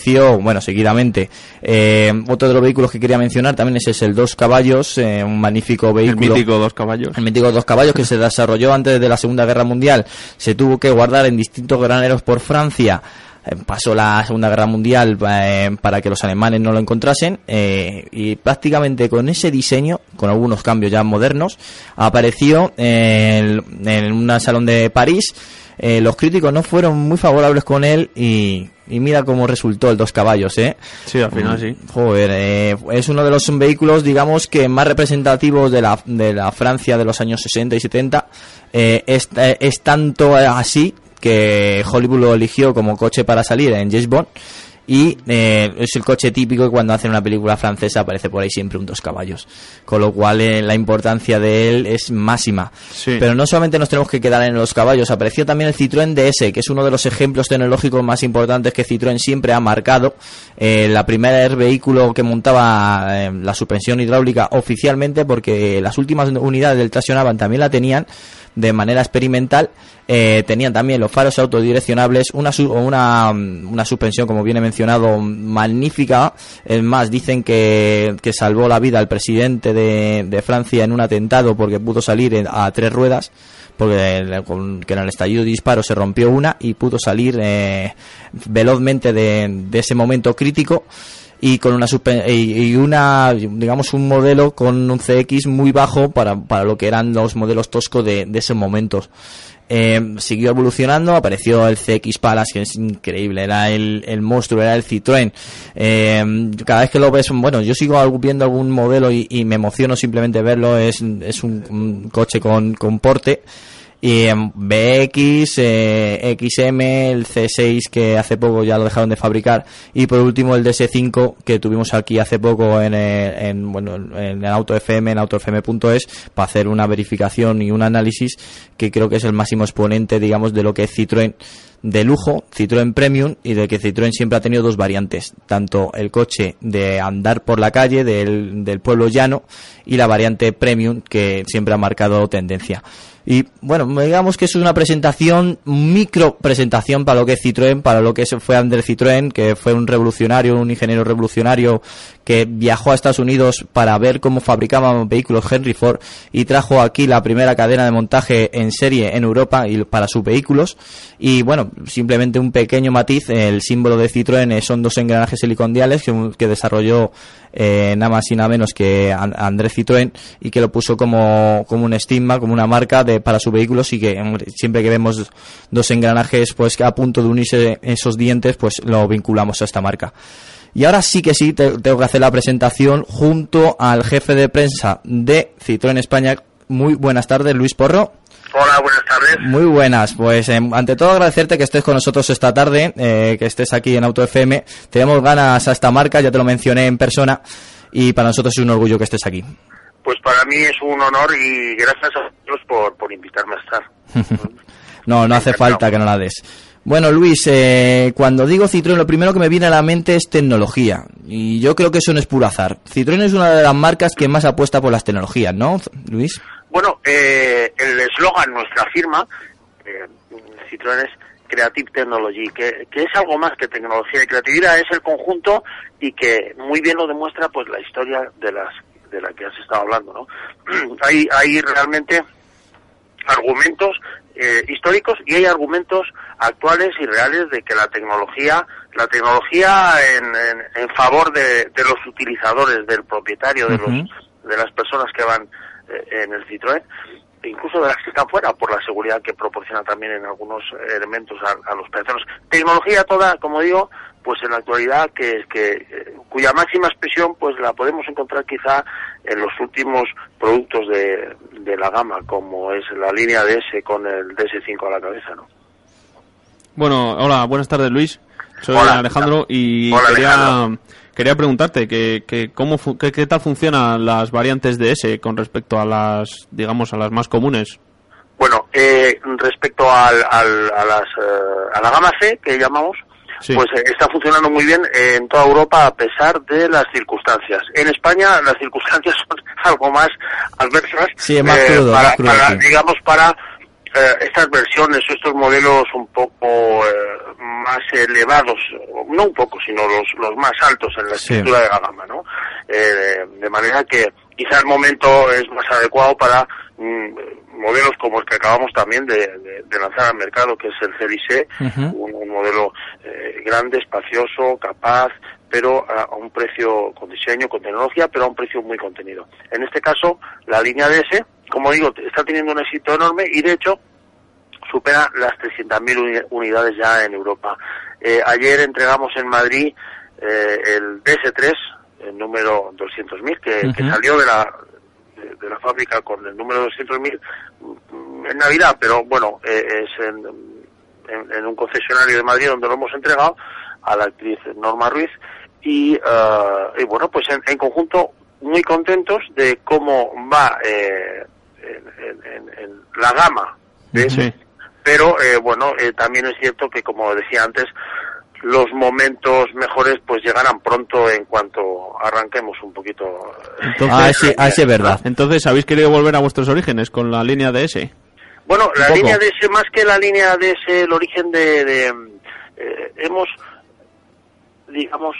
otro de los vehículos que quería mencionar también es el 2 caballos, un magnífico vehículo. El mítico 2 caballos. El mítico 2 caballos, que se desarrolló antes de la Segunda Guerra Mundial, se tuvo que guardar en distintos graneros por Francia. Pasó la Segunda Guerra Mundial para que los alemanes no lo encontrasen, y prácticamente con ese diseño, con algunos cambios ya modernos, apareció en un salón de París. Los críticos no fueron muy favorables con él y mira cómo resultó el 2 caballos, Sí, al final sí. Joder, es uno de los vehículos, digamos, que más representativos de la Francia de los años 60 y 70. Es tanto así que Hollywood lo eligió como coche para salir en James Bond, y es el coche típico que cuando hacen una película francesa aparece por ahí siempre un 2 caballos, con lo cual la importancia de él es máxima. Sí. Pero no solamente nos tenemos que quedar en los caballos, apareció también el Citroën DS, que es uno de los ejemplos tecnológicos más importantes que Citroën siempre ha marcado. La primera vehículo que montaba la suspensión hidráulica oficialmente, porque las últimas unidades del Traction Avant también la tenían de manera experimental. Tenían también los faros autodireccionables, una suspensión, como viene mencionado, magnífica. Es más, dicen que salvó la vida al presidente de Francia en un atentado porque pudo salir a 3 ruedas, porque que en el estallido de disparo se rompió una y pudo salir velozmente de ese momento crítico. Y con digamos un modelo con un CX muy bajo para lo que eran los modelos toscos de ese momento. Siguió evolucionando, apareció el CX Palace, que es increíble, era el monstruo, era el Citroën. Cada vez que lo ves, bueno, yo sigo viendo algún modelo y me emociono simplemente verlo. Es un coche con porte. Y en BX, XM, el C6 que hace poco ya lo dejaron de fabricar, y por último el DS5 que tuvimos aquí hace poco en el Auto FM, en autofm.es, para hacer una verificación y un análisis que creo que es el máximo exponente, digamos, de lo que es Citroën de lujo, Citroën Premium, y de que Citroën siempre ha tenido dos variantes, tanto el coche de andar por la calle del pueblo llano y la variante Premium, que siempre ha marcado tendencia. Y bueno, digamos que eso es una presentación, micro presentación para lo que es Citroën, para lo que fue André Citroën, que fue un revolucionario, un ingeniero revolucionario que viajó a Estados Unidos para ver cómo fabricaban vehículos Henry Ford, y trajo aquí la primera cadena de montaje en serie en Europa y para sus vehículos. Y bueno, simplemente un pequeño matiz, el símbolo de Citroën son dos engranajes helicoidales que desarrolló nada más y nada menos que André Citroën, y que lo puso como un estigma, como una marca para sus vehículos, y que siempre que vemos dos engranajes pues a punto de unirse esos dientes, pues lo vinculamos a esta marca. Y ahora sí que sí, tengo que hacer la presentación junto al jefe de prensa de Citroën España. Muy buenas tardes, Luis Porro. Hola, buenas tardes. Muy buenas, pues ante todo agradecerte que estés con nosotros esta tarde, que estés aquí en Auto FM. Tenemos ganas a esta marca, ya te lo mencioné en persona, y para nosotros es un orgullo que estés aquí. Pues para mí es un honor y gracias a vosotros por invitarme a estar. No hace falta que no la des. Bueno, Luis, cuando digo Citroën, lo primero que me viene a la mente es tecnología, y yo creo que eso no es puro azar. Citroën es una de las marcas que más apuesta por las tecnologías, ¿no, Luis? Bueno, el eslogan, nuestra firma, Citroën es Creative Technology, que es algo más que tecnología y creatividad, es el conjunto, y que muy bien lo demuestra pues la historia de la que has estado hablando, ¿no? Hay realmente argumentos históricos, y hay argumentos actuales y reales de que la tecnología en favor de los utilizadores, del propietario, de las personas que van en el Citroën, incluso de las que están fuera, por la seguridad que proporciona también en algunos elementos a los peatones. Tecnología toda, como digo, pues en la actualidad cuya máxima expresión pues la podemos encontrar quizá en los últimos productos de la gama, como es la línea DS con el DS5 a la cabeza, ¿no? Bueno, hola, buenas tardes, Luis. Soy Hola, Alejandro, y hola, quería preguntarte qué tal funcionan las variantes DS con respecto a las más comunes. Bueno, respecto a la gama C, que llamamos, sí, pues está funcionando muy bien en toda Europa a pesar de las circunstancias. En España las circunstancias son algo más adversas, sí, más crudo, para estas versiones, estos modelos un poco más elevados, no un poco, sino los más altos en la estructura de la gama, ¿no? De manera que quizá el momento es más adecuado para modelos como el que acabamos también de lanzar al mercado, que es el CLIC, un modelo grande, espacioso, capaz, pero a un precio con diseño, con tecnología, pero a un precio muy contenido. En este caso, la línea DS, como digo, está teniendo un éxito enorme, y de hecho supera las 300.000 unidades ya en Europa. Ayer entregamos en Madrid el DS3, el número 200.000, que salió de la fábrica con el número 200.000 en Navidad, pero bueno, es en un concesionario de Madrid donde lo hemos entregado a la actriz Norma Ruiz, y bueno, pues en conjunto muy contentos de cómo va en la gama de ese. Pero bueno, también es cierto que, como decía antes, los momentos mejores pues llegarán pronto en cuanto arranquemos un poquito. Entonces, sí, es verdad. Entonces, ¿habéis querido volver a vuestros orígenes con la línea DS? Bueno, la línea DS, más que la línea DS, el origen hemos, digamos,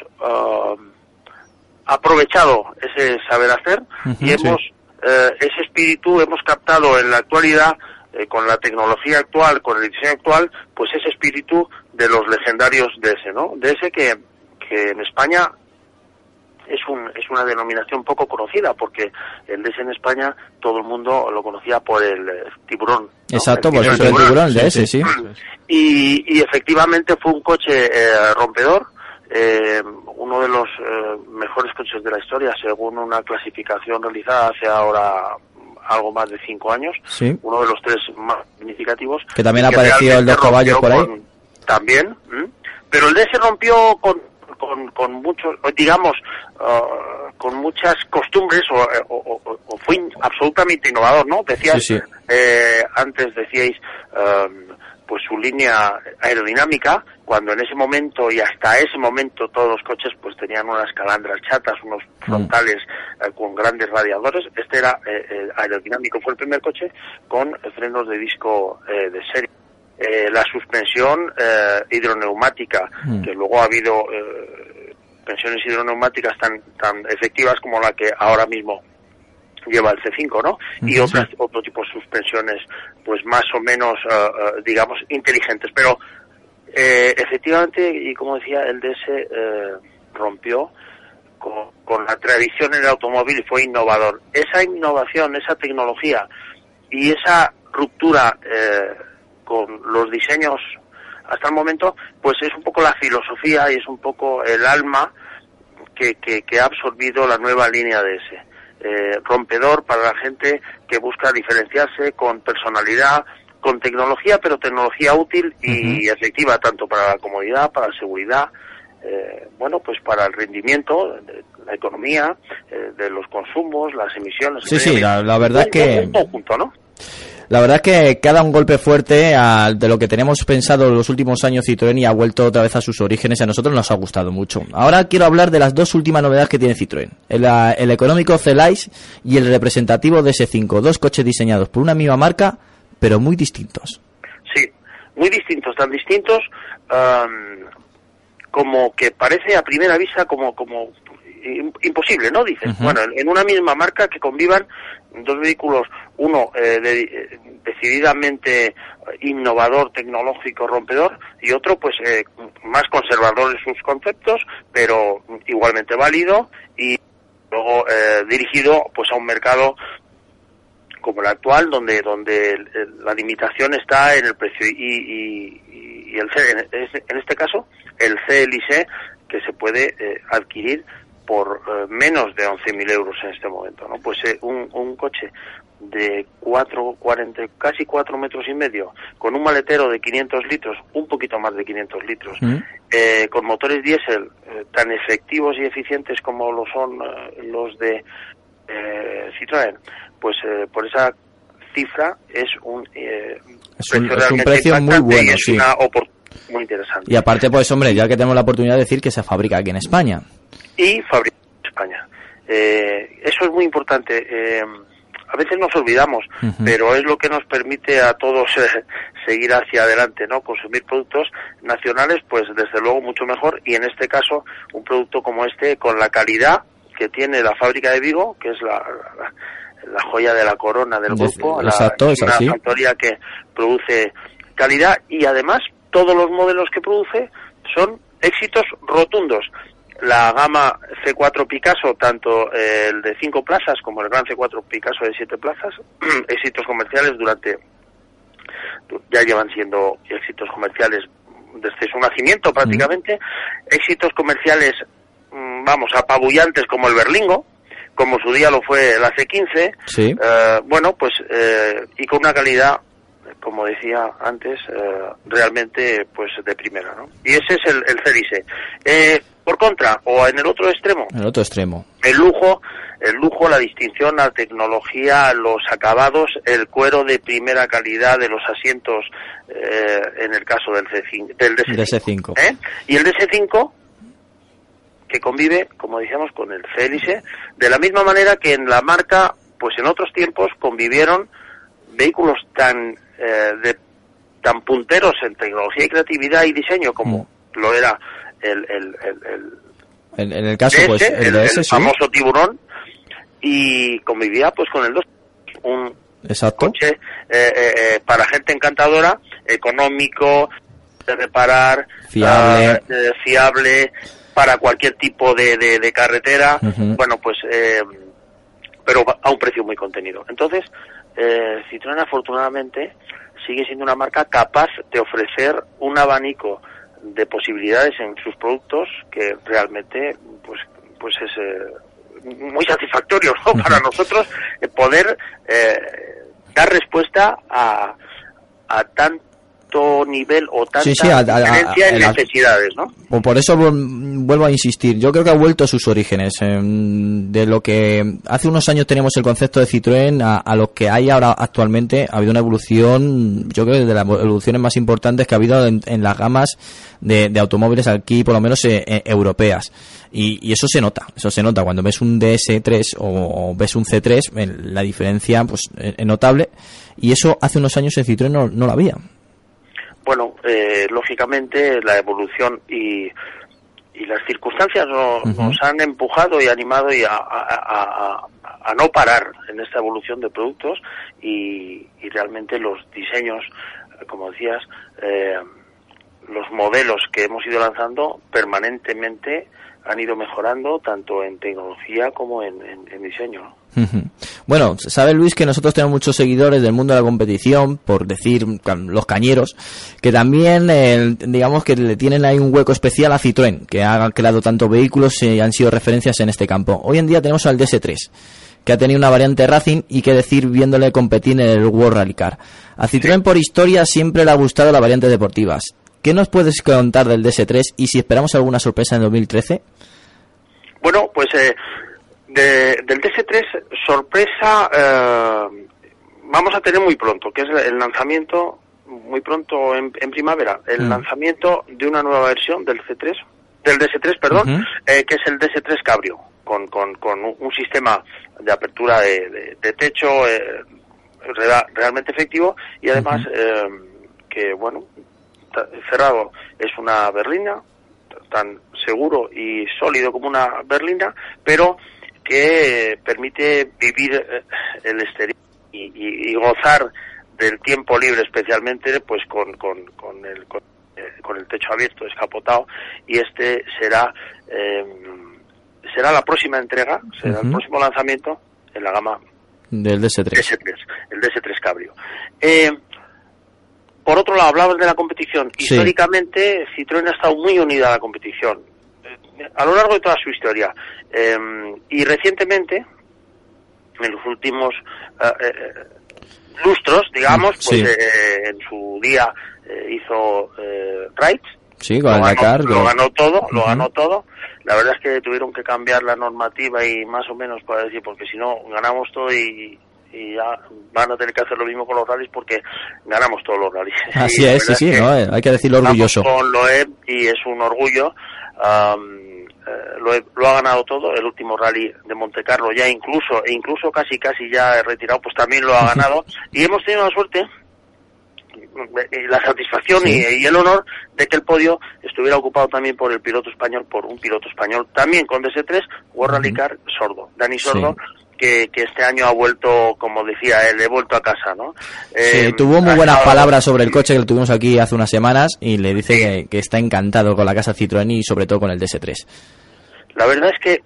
aprovechado ese saber hacer, y hemos ese espíritu hemos captado en la actualidad, con la tecnología actual, con el diseño actual, pues ese espíritu de los legendarios DS, ¿no? DS que en España es una denominación poco conocida, porque el DS en España todo el mundo lo conocía por el tiburón, ¿no? Exacto, por el tiburón DS, sí. Y efectivamente fue un coche rompedor, uno de los mejores coches de la historia, según una clasificación realizada hace ahora algo más de 5 años, sí, uno de los 3 más significativos. Que también ha aparecido el 2 caballos por ahí. También, pero el D se rompió con muchos, digamos, con muchas costumbres, o fue absolutamente innovador, ¿no? Decías, sí. antes decíais, pues su línea aerodinámica, cuando en ese momento y hasta ese momento todos los coches pues tenían unas calandras chatas, unos frontales con grandes radiadores. Este era aerodinámico, fue el primer coche con frenos de disco de serie. La suspensión hidroneumática, que luego ha habido suspensiones hidroneumáticas tan efectivas como la que ahora mismo lleva el C5, ¿no? Y otro tipo de suspensiones pues más o menos digamos inteligentes, pero efectivamente, y como decía, el DS rompió con la tradición en el automóvil y fue innovador. Esa innovación, esa tecnología y esa ruptura con los diseños hasta el momento, pues es un poco la filosofía y es un poco el alma que ha absorbido la nueva línea DS. Rompedor para la gente que busca diferenciarse con personalidad, con tecnología, pero tecnología útil y efectiva, tanto para la comodidad, para la seguridad, bueno, pues para el rendimiento, la economía, de los consumos, las emisiones. Sí, la verdad es que... Un conjunto, ¿no? La verdad es que ha dado un golpe fuerte de lo que tenemos pensado en los últimos años Citroën y ha vuelto otra vez a sus orígenes y a nosotros nos ha gustado mucho. Ahora quiero hablar de las 2 últimas novedades que tiene Citroën. El económico C-Lice y el representativo DS5. 2 coches diseñados por una misma marca, pero muy distintos. Sí, muy distintos, tan distintos como que parece a primera vista como imposible, ¿no? Dices, bueno, en una misma marca que convivan 2 vehículos, uno decididamente innovador, tecnológico, rompedor, y otro pues más conservador en sus conceptos, pero igualmente válido y luego dirigido pues a un mercado como el actual, donde la limitación está en el precio y el C, en este caso el C-Lice, que se puede adquirir por menos de 11.000 euros en este momento, ¿no? Pues un coche de 4,40, casi 4 metros y medio, con un maletero de 500 litros, un poquito más de 500 litros, con motores diésel tan efectivos y eficientes como lo son los de Citroën, pues por esa cifra es un precio muy bueno, y es una oportunidad muy interesante. Y aparte, pues hombre, ya que tenemos la oportunidad de decir que se fabrica aquí en España. Y fabrica en España. Eso es muy importante. A veces nos olvidamos, pero es lo que nos permite a todos seguir hacia adelante, ¿no? Consumir productos nacionales, pues desde luego mucho mejor, y en este caso un producto como este, con la calidad que tiene la fábrica de Vigo, que es la joya de la corona del grupo, exacto, es una así. factoría que produce calidad, y además todos los modelos que produce son éxitos rotundos. La gama C4 Picasso, tanto el de 5 plazas como el gran C4 Picasso de 7 plazas, éxitos comerciales ya llevan siendo éxitos comerciales desde su nacimiento prácticamente, éxitos comerciales, apabullantes como el Berlingo, como su día lo fue la C15, sí. Bueno, pues, y con una calidad, como decía antes, realmente pues de primera, ¿no? Y ese es el C-Lice. Por contra, o en el otro extremo. El otro extremo. El lujo, la distinción, la tecnología, los acabados, el cuero de primera calidad de los asientos, en el caso del DS5. Y el DS5, que convive, como decíamos, con el C-Lice, de la misma manera que en la marca, pues en otros tiempos convivieron vehículos tan punteros en tecnología y creatividad y diseño como lo era en el caso DS, pues el DS, sí. famoso Tiburón, y convivía pues con el 2, un exacto. coche para gente encantadora, económico, de reparar, fiable para cualquier tipo de carretera, bueno, pues pero a un precio muy contenido. Entonces, Citroën afortunadamente sigue siendo una marca capaz de ofrecer un abanico de posibilidades en sus productos que realmente pues es muy satisfactorio, ¿no? Para nosotros poder dar respuesta a tanto nivel o tanta diferencia en necesidades, ¿no? O por eso vuelvo a insistir, yo creo que ha vuelto a sus orígenes, de lo que hace unos años teníamos el concepto de Citroën a lo que hay ahora actualmente. Ha habido una evolución, yo creo que de las evoluciones más importantes que ha habido en las gamas de automóviles aquí, por lo menos europeas, y eso se nota cuando ves un DS3 o ves un C3, la diferencia pues es notable, y eso hace unos años en Citroën no lo había. Bueno, lógicamente la evolución y las circunstancias nos han empujado y animado a no parar en esta evolución de productos y realmente los diseños, como decías, los modelos que hemos ido lanzando permanentemente han ido mejorando tanto en tecnología como en diseño, ¿no? Bueno, sabe Luis que nosotros tenemos muchos seguidores del mundo de la competición, por decir los cañeros, que también digamos que le tienen ahí un hueco especial a Citroën, que ha creado tantos vehículos y han sido referencias en este campo. Hoy en día tenemos al DS3, que ha tenido una variante Racing, y qué decir viéndole competir en el World Rally Car. A Citroën por historia siempre le ha gustado las variantes deportivas. ¿Qué nos puedes contar del DS3 y si esperamos alguna sorpresa en 2013? Bueno, pues del DS3 sorpresa vamos a tener muy pronto, que es el lanzamiento, muy pronto en primavera, el lanzamiento de una nueva versión del DS3, perdón, que es el DS3 Cabrio, con un sistema de apertura de techo realmente efectivo, y además que, bueno, cerrado es una berlina, tan seguro y sólido como una berlina, pero que permite vivir el exterior y gozar del tiempo libre, especialmente pues con el techo abierto, descapotado, y este será la próxima entrega, será el próximo lanzamiento en la gama del DS3, el DS3 Cabrio. Por otro lado, hablabas de la competición. Sí. Históricamente, Citroën ha estado muy unida a la competición, a lo largo de toda su historia. Y recientemente, en los últimos lustros, digamos, pues en su día hizo Wright. Sí, con el Dakar. Lo ganó todo. La verdad es que tuvieron que cambiar la normativa y más o menos para decir, porque si no, ganamos todo y ya van a tener que hacer lo mismo con los rallies, porque ganamos todos los rallies. Así es, sí, ¿no? Hay que decirlo orgulloso. Con Loeb, y es un orgullo. Lo ha ganado todo. El último rally de Montecarlo ya incluso casi ya retirado, pues también lo ha ganado. Y hemos tenido la suerte, la satisfacción y el honor de que el podio estuviera ocupado también por un piloto español también con DS3, World Rally Car, Sordo, Dani Sordo. Sí. Que este año ha vuelto, como decía él, he vuelto a casa, ¿no? Sí, tuvo muy buenas palabras sobre el coche, que lo tuvimos aquí hace unas semanas, y le dice que está encantado con la casa Citroën y sobre todo con el DS3. La verdad es que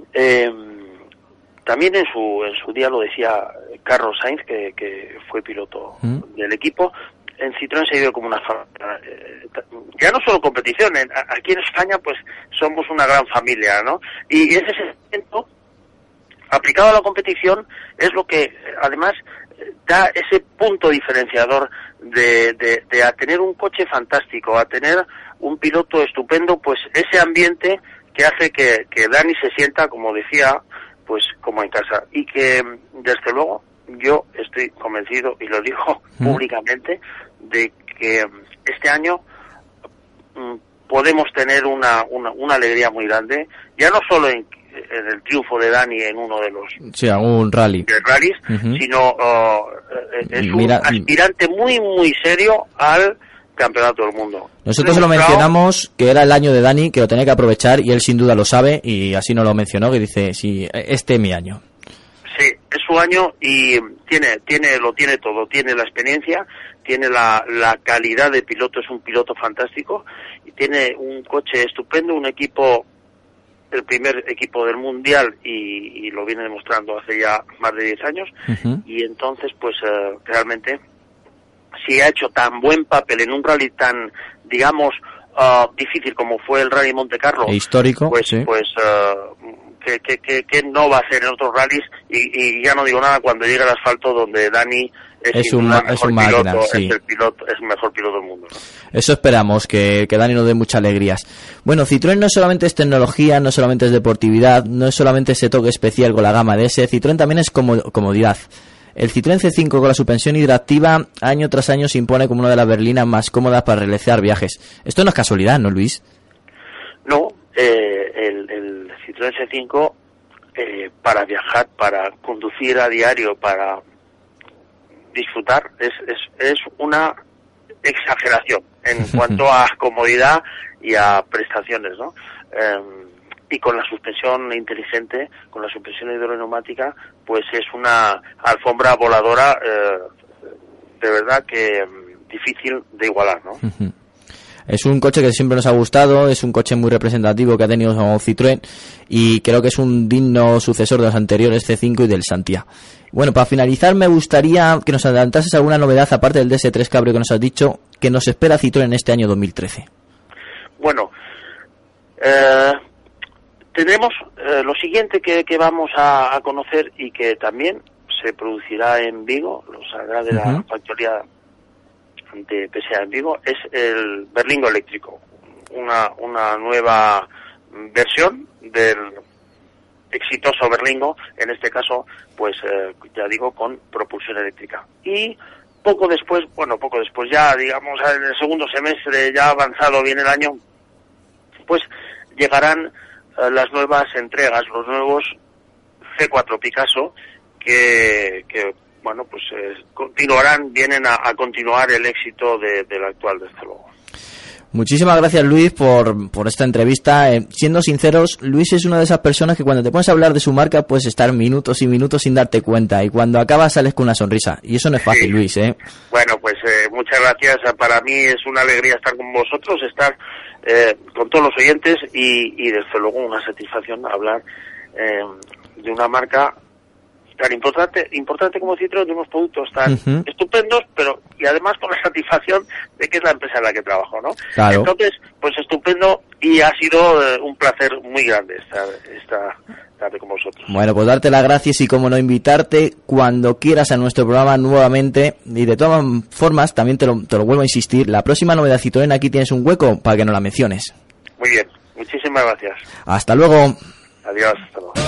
también en su día lo decía Carlos Sainz, que fue piloto del equipo. En Citroën se vive como una familia, ya no solo competición, aquí en España pues somos una gran familia, ¿no? Y ese sentimiento aplicado a la competición es lo que además da ese punto diferenciador de a tener un coche fantástico, a tener un piloto estupendo, pues ese ambiente que hace que Dani se sienta, como decía, pues como en casa. Y que desde luego yo estoy convencido, y lo digo públicamente, de que este año podemos tener una alegría muy grande, ya no solo en el triunfo de Dani en uno de los algún rally de rallies, sino es un aspirante muy muy serio al campeonato del mundo. Nosotros lo mencionamos que era el año de Dani, que lo tenía que aprovechar, y él sin duda lo sabe, y así nos lo mencionó, que dice, sí, este es mi año. Sí, es su año, y lo tiene todo, tiene la experiencia, tiene la calidad de piloto, es un piloto fantástico, y tiene un coche estupendo, un equipo, el primer equipo del mundial, y lo viene demostrando hace ya más de 10 años, y entonces pues realmente, si ha hecho tan buen papel en un rally tan, digamos, difícil como fue el Rally Monte Carlo, histórico, pues que no va a hacer en otros rallies, y ya no digo nada cuando llegue al asfalto, donde Dani es un máquina, sí. Es el mejor piloto del mundo. Eso esperamos, que Dani nos dé muchas alegrías. Bueno, Citroën no solamente es tecnología, no solamente es deportividad, no es solamente ese toque especial con la gama DS, Citroën también es comodidad. El Citroën C5 con la suspensión hidroactiva año tras año se impone como una de las berlinas más cómodas para realizar viajes. Esto no es casualidad, ¿no, Luis? No, el Citroën C5 para viajar, para conducir a diario, para disfrutar, es una exageración en cuanto a comodidad y a prestaciones, ¿no? Y con la suspensión inteligente, con la suspensión hidroneumática, pues es una alfombra voladora de verdad que difícil de igualar, ¿no? Es un coche que siempre nos ha gustado, es un coche muy representativo que ha tenido Citroën, y creo que es un digno sucesor de los anteriores C5 y del Santia. Bueno, para finalizar me gustaría que nos adelantases alguna novedad, aparte del DS3 Cabrio que nos has dicho, que nos espera Citroën en este año 2013. Bueno, tenemos lo siguiente que vamos a conocer, y que también se producirá en Vigo, lo saldrá de la factoría de PSA en Vigo, es el Berlingo eléctrico, una nueva versión del exitoso Berlingo, en este caso, pues ya digo, con propulsión eléctrica. Y poco después, ya digamos en el segundo semestre, ya avanzado bien el año, pues llegarán las nuevas entregas, los nuevos C4 Picasso, que bueno, pues vienen a continuar el éxito del actual, desde luego. Muchísimas gracias, Luis, por esta entrevista. Siendo sinceros, Luis es una de esas personas que cuando te pones a hablar de su marca puedes estar minutos y minutos sin darte cuenta, y cuando acabas sales con una sonrisa, y eso no es fácil, sí. Luis, Bueno, pues muchas gracias. Para mí es una alegría estar con vosotros, estar con todos los oyentes, y desde luego una satisfacción hablar de una marca tan importante como Citroën, de unos productos tan estupendos, y además con la satisfacción de que es la empresa en la que trabajo, ¿no? Claro. Entonces, pues estupendo, y ha sido un placer muy grande estar con vosotros. Bueno, pues darte las gracias, y como no, invitarte cuando quieras a nuestro programa nuevamente, y de todas formas también te lo vuelvo a insistir, la próxima novedad Citroën, aquí tienes un hueco para que nos la menciones. Muy bien, muchísimas gracias. Hasta luego. Adiós, hasta luego.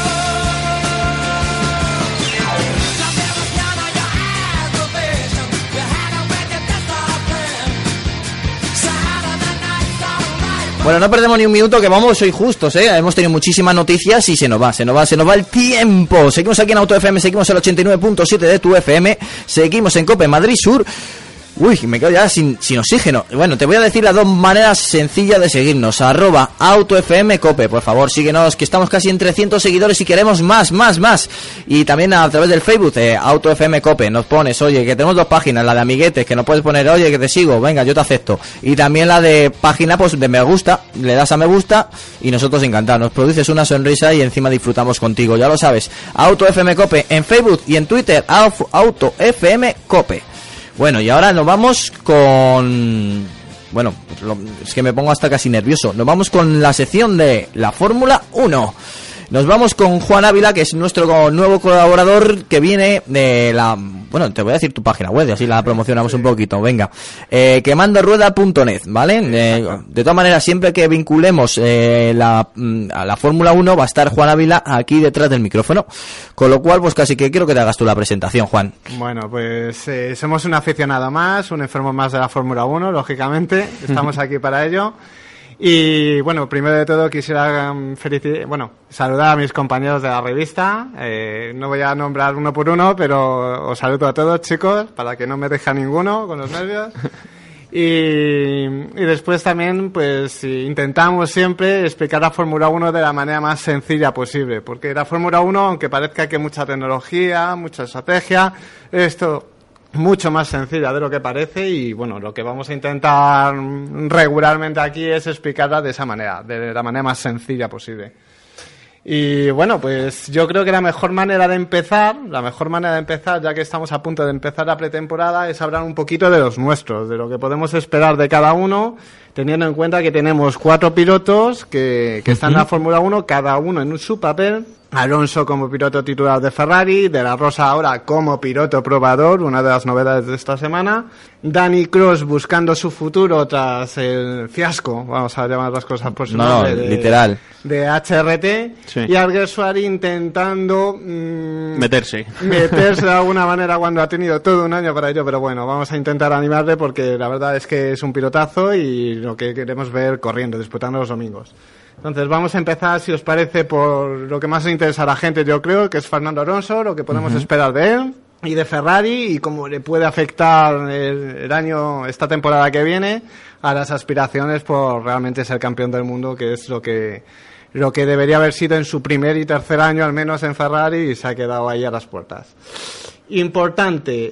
Bueno, no perdemos ni un minuto, que vamos, soy justos, hemos tenido muchísimas noticias y se nos va el tiempo. Seguimos aquí en Auto FM, seguimos al 89.7 de tu FM, seguimos en COPE Madrid Sur. Uy, me quedo ya sin oxígeno. Bueno, te voy a decir las dos maneras sencillas de seguirnos. @AutoFMCope, por favor, síguenos, que estamos casi en 300 seguidores y queremos más. Y también a través del Facebook, AutoFMCope, nos pones, oye, que tenemos dos páginas, la de amiguetes, que nos puedes poner, oye, que te sigo, venga, yo te acepto. Y también la de página, pues, de me gusta, le das a me gusta y nosotros encantados. Nos produces una sonrisa y encima disfrutamos contigo, ya lo sabes. AutoFMCope en Facebook y en Twitter, AutoFMCope. Bueno, y ahora nos vamos con... Bueno, es que me pongo hasta casi nervioso. Nos vamos con la sección de la Fórmula 1. Nos vamos con Juan Ávila, que es nuestro nuevo colaborador, que viene de la... Bueno, te voy a decir tu página web, y así la promocionamos un poquito, venga. Quemandorueda.net, ¿vale? De todas maneras, siempre que vinculemos a la Fórmula 1 va a estar Juan Ávila aquí detrás del micrófono. Con lo cual, pues casi que quiero que te hagas tú la presentación, Juan. Bueno, pues somos un aficionado más, un enfermo más de la Fórmula 1, lógicamente. Estamos aquí para ello. Y bueno, primero de todo quisiera saludar a mis compañeros de la revista. No voy a nombrar uno por uno, pero os saludo a todos, chicos, para que no me deje ninguno con los nervios. Y después también, pues intentamos siempre explicar la Fórmula 1 de la manera más sencilla posible, porque la Fórmula 1, aunque parezca que hay mucha tecnología, mucha estrategia, esto mucho más sencilla de lo que parece, y bueno, lo que vamos a intentar regularmente aquí es explicarla de esa manera, de la manera más sencilla posible. Y bueno, pues yo creo que la mejor manera de empezar, ya que estamos a punto de empezar la pretemporada, es hablar un poquito de los nuestros, de lo que podemos esperar de cada uno, teniendo en cuenta que tenemos 4 pilotos que están en la Fórmula 1, cada uno en su papel. Alonso como piloto titular de Ferrari, De la Rosa ahora como piloto probador, una de las novedades de esta semana. Dani Cross buscando su futuro tras el fiasco, vamos a llamar las cosas por su nombre, literal, de HRT, sí. Y Alguersuari intentando meterse de alguna manera cuando ha tenido todo un año para ello, pero bueno, vamos a intentar animarle porque la verdad es que es un pilotazo y lo que queremos ver corriendo, disputando los domingos. Entonces vamos a empezar, si os parece, por lo que más le interesa a la gente, yo creo, que es Fernando Alonso, lo que podemos esperar de él y de Ferrari y cómo le puede afectar el año, esta temporada que viene, a las aspiraciones por realmente ser campeón del mundo, que es lo que debería haber sido en su primer y tercer año, al menos en Ferrari, y se ha quedado ahí a las puertas. Importante,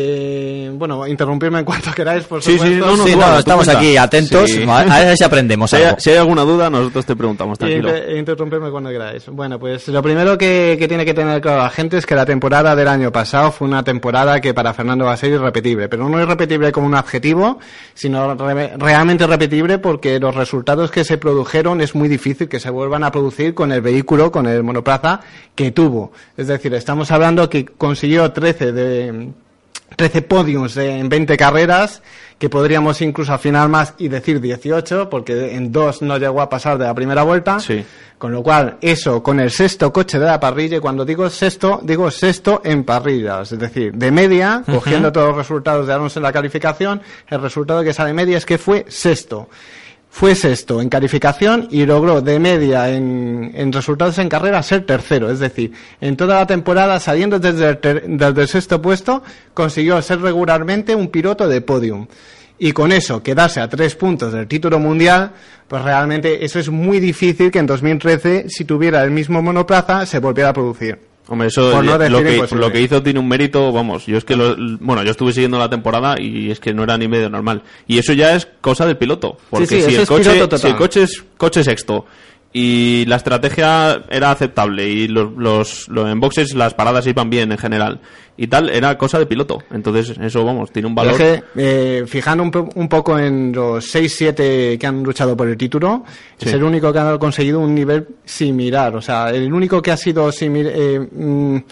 bueno, interrumpirme en cuanto queráis, por supuesto. Sí, estamos aquí atentos, sí. A ver si aprendemos si hay alguna duda, nosotros te preguntamos, tranquilo. Interrumpirme cuando queráis. Bueno, pues lo primero que tiene que tener claro la gente es que la temporada del año pasado fue una temporada que para Fernando va a ser irrepetible, pero no irrepetible como un adjetivo, sino realmente irrepetible porque los resultados que se produjeron es muy difícil que se vuelvan a producir con el vehículo, con el monoplaza que tuvo. Es decir, estamos hablando que consiguió 13 podiums en 20 carreras, que podríamos incluso afinar más y decir 18, porque en 2 no llegó a pasar de la primera vuelta. Sí. Con lo cual, eso con el sexto coche de la parrilla, y cuando digo sexto en parrillas, es decir, de media, cogiendo todos los resultados de Alonso en la calificación, el resultado que sale media es que fue sexto. Fue sexto en calificación y logró de media en resultados en carrera ser tercero. Es decir, en toda la temporada, saliendo desde el sexto puesto, consiguió ser regularmente un piloto de podium. Y con eso, quedarse a 3 puntos del título mundial, pues realmente eso es muy difícil que en 2013, si tuviera el mismo monoplaza, se volviera a producir. Hombre, eso lo que hizo tiene un mérito, vamos, yo es que yo estuve siguiendo la temporada y es que no era ni medio normal. Y eso ya es cosa del piloto, porque si el coche es coche sexto y la estrategia era aceptable y los en boxes las paradas iban bien en general y tal, era cosa de piloto. Entonces eso, vamos, tiene un valor. Fijando un poco en los 6-7 que han luchado por el título, sí. Es el único que ha conseguido un nivel similar, o sea, el único que ha sido que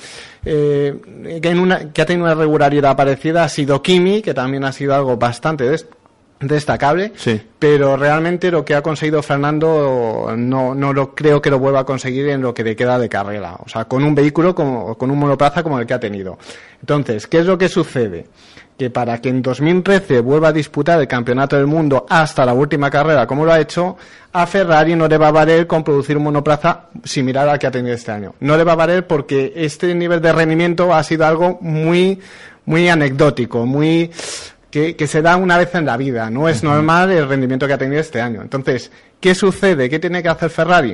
ha tenido una regularidad parecida ha sido Kimi, que también ha sido algo bastante destacable, sí. Pero realmente lo que ha conseguido Fernando no lo creo que lo vuelva a conseguir en lo que le queda de carrera, o sea, con un vehículo con un monoplaza como el que ha tenido. Entonces, ¿qué es lo que sucede? Que para que en 2013 vuelva a disputar el campeonato del mundo hasta la última carrera, como lo ha hecho, a Ferrari no le va a valer con producir un monoplaza similar al que ha tenido este año. No le va a valer porque este nivel de rendimiento ha sido algo muy, muy anecdótico, muy que se da una vez en la vida. No es normal el rendimiento que ha tenido este año. Entonces, ¿qué sucede? ¿Qué tiene que hacer Ferrari?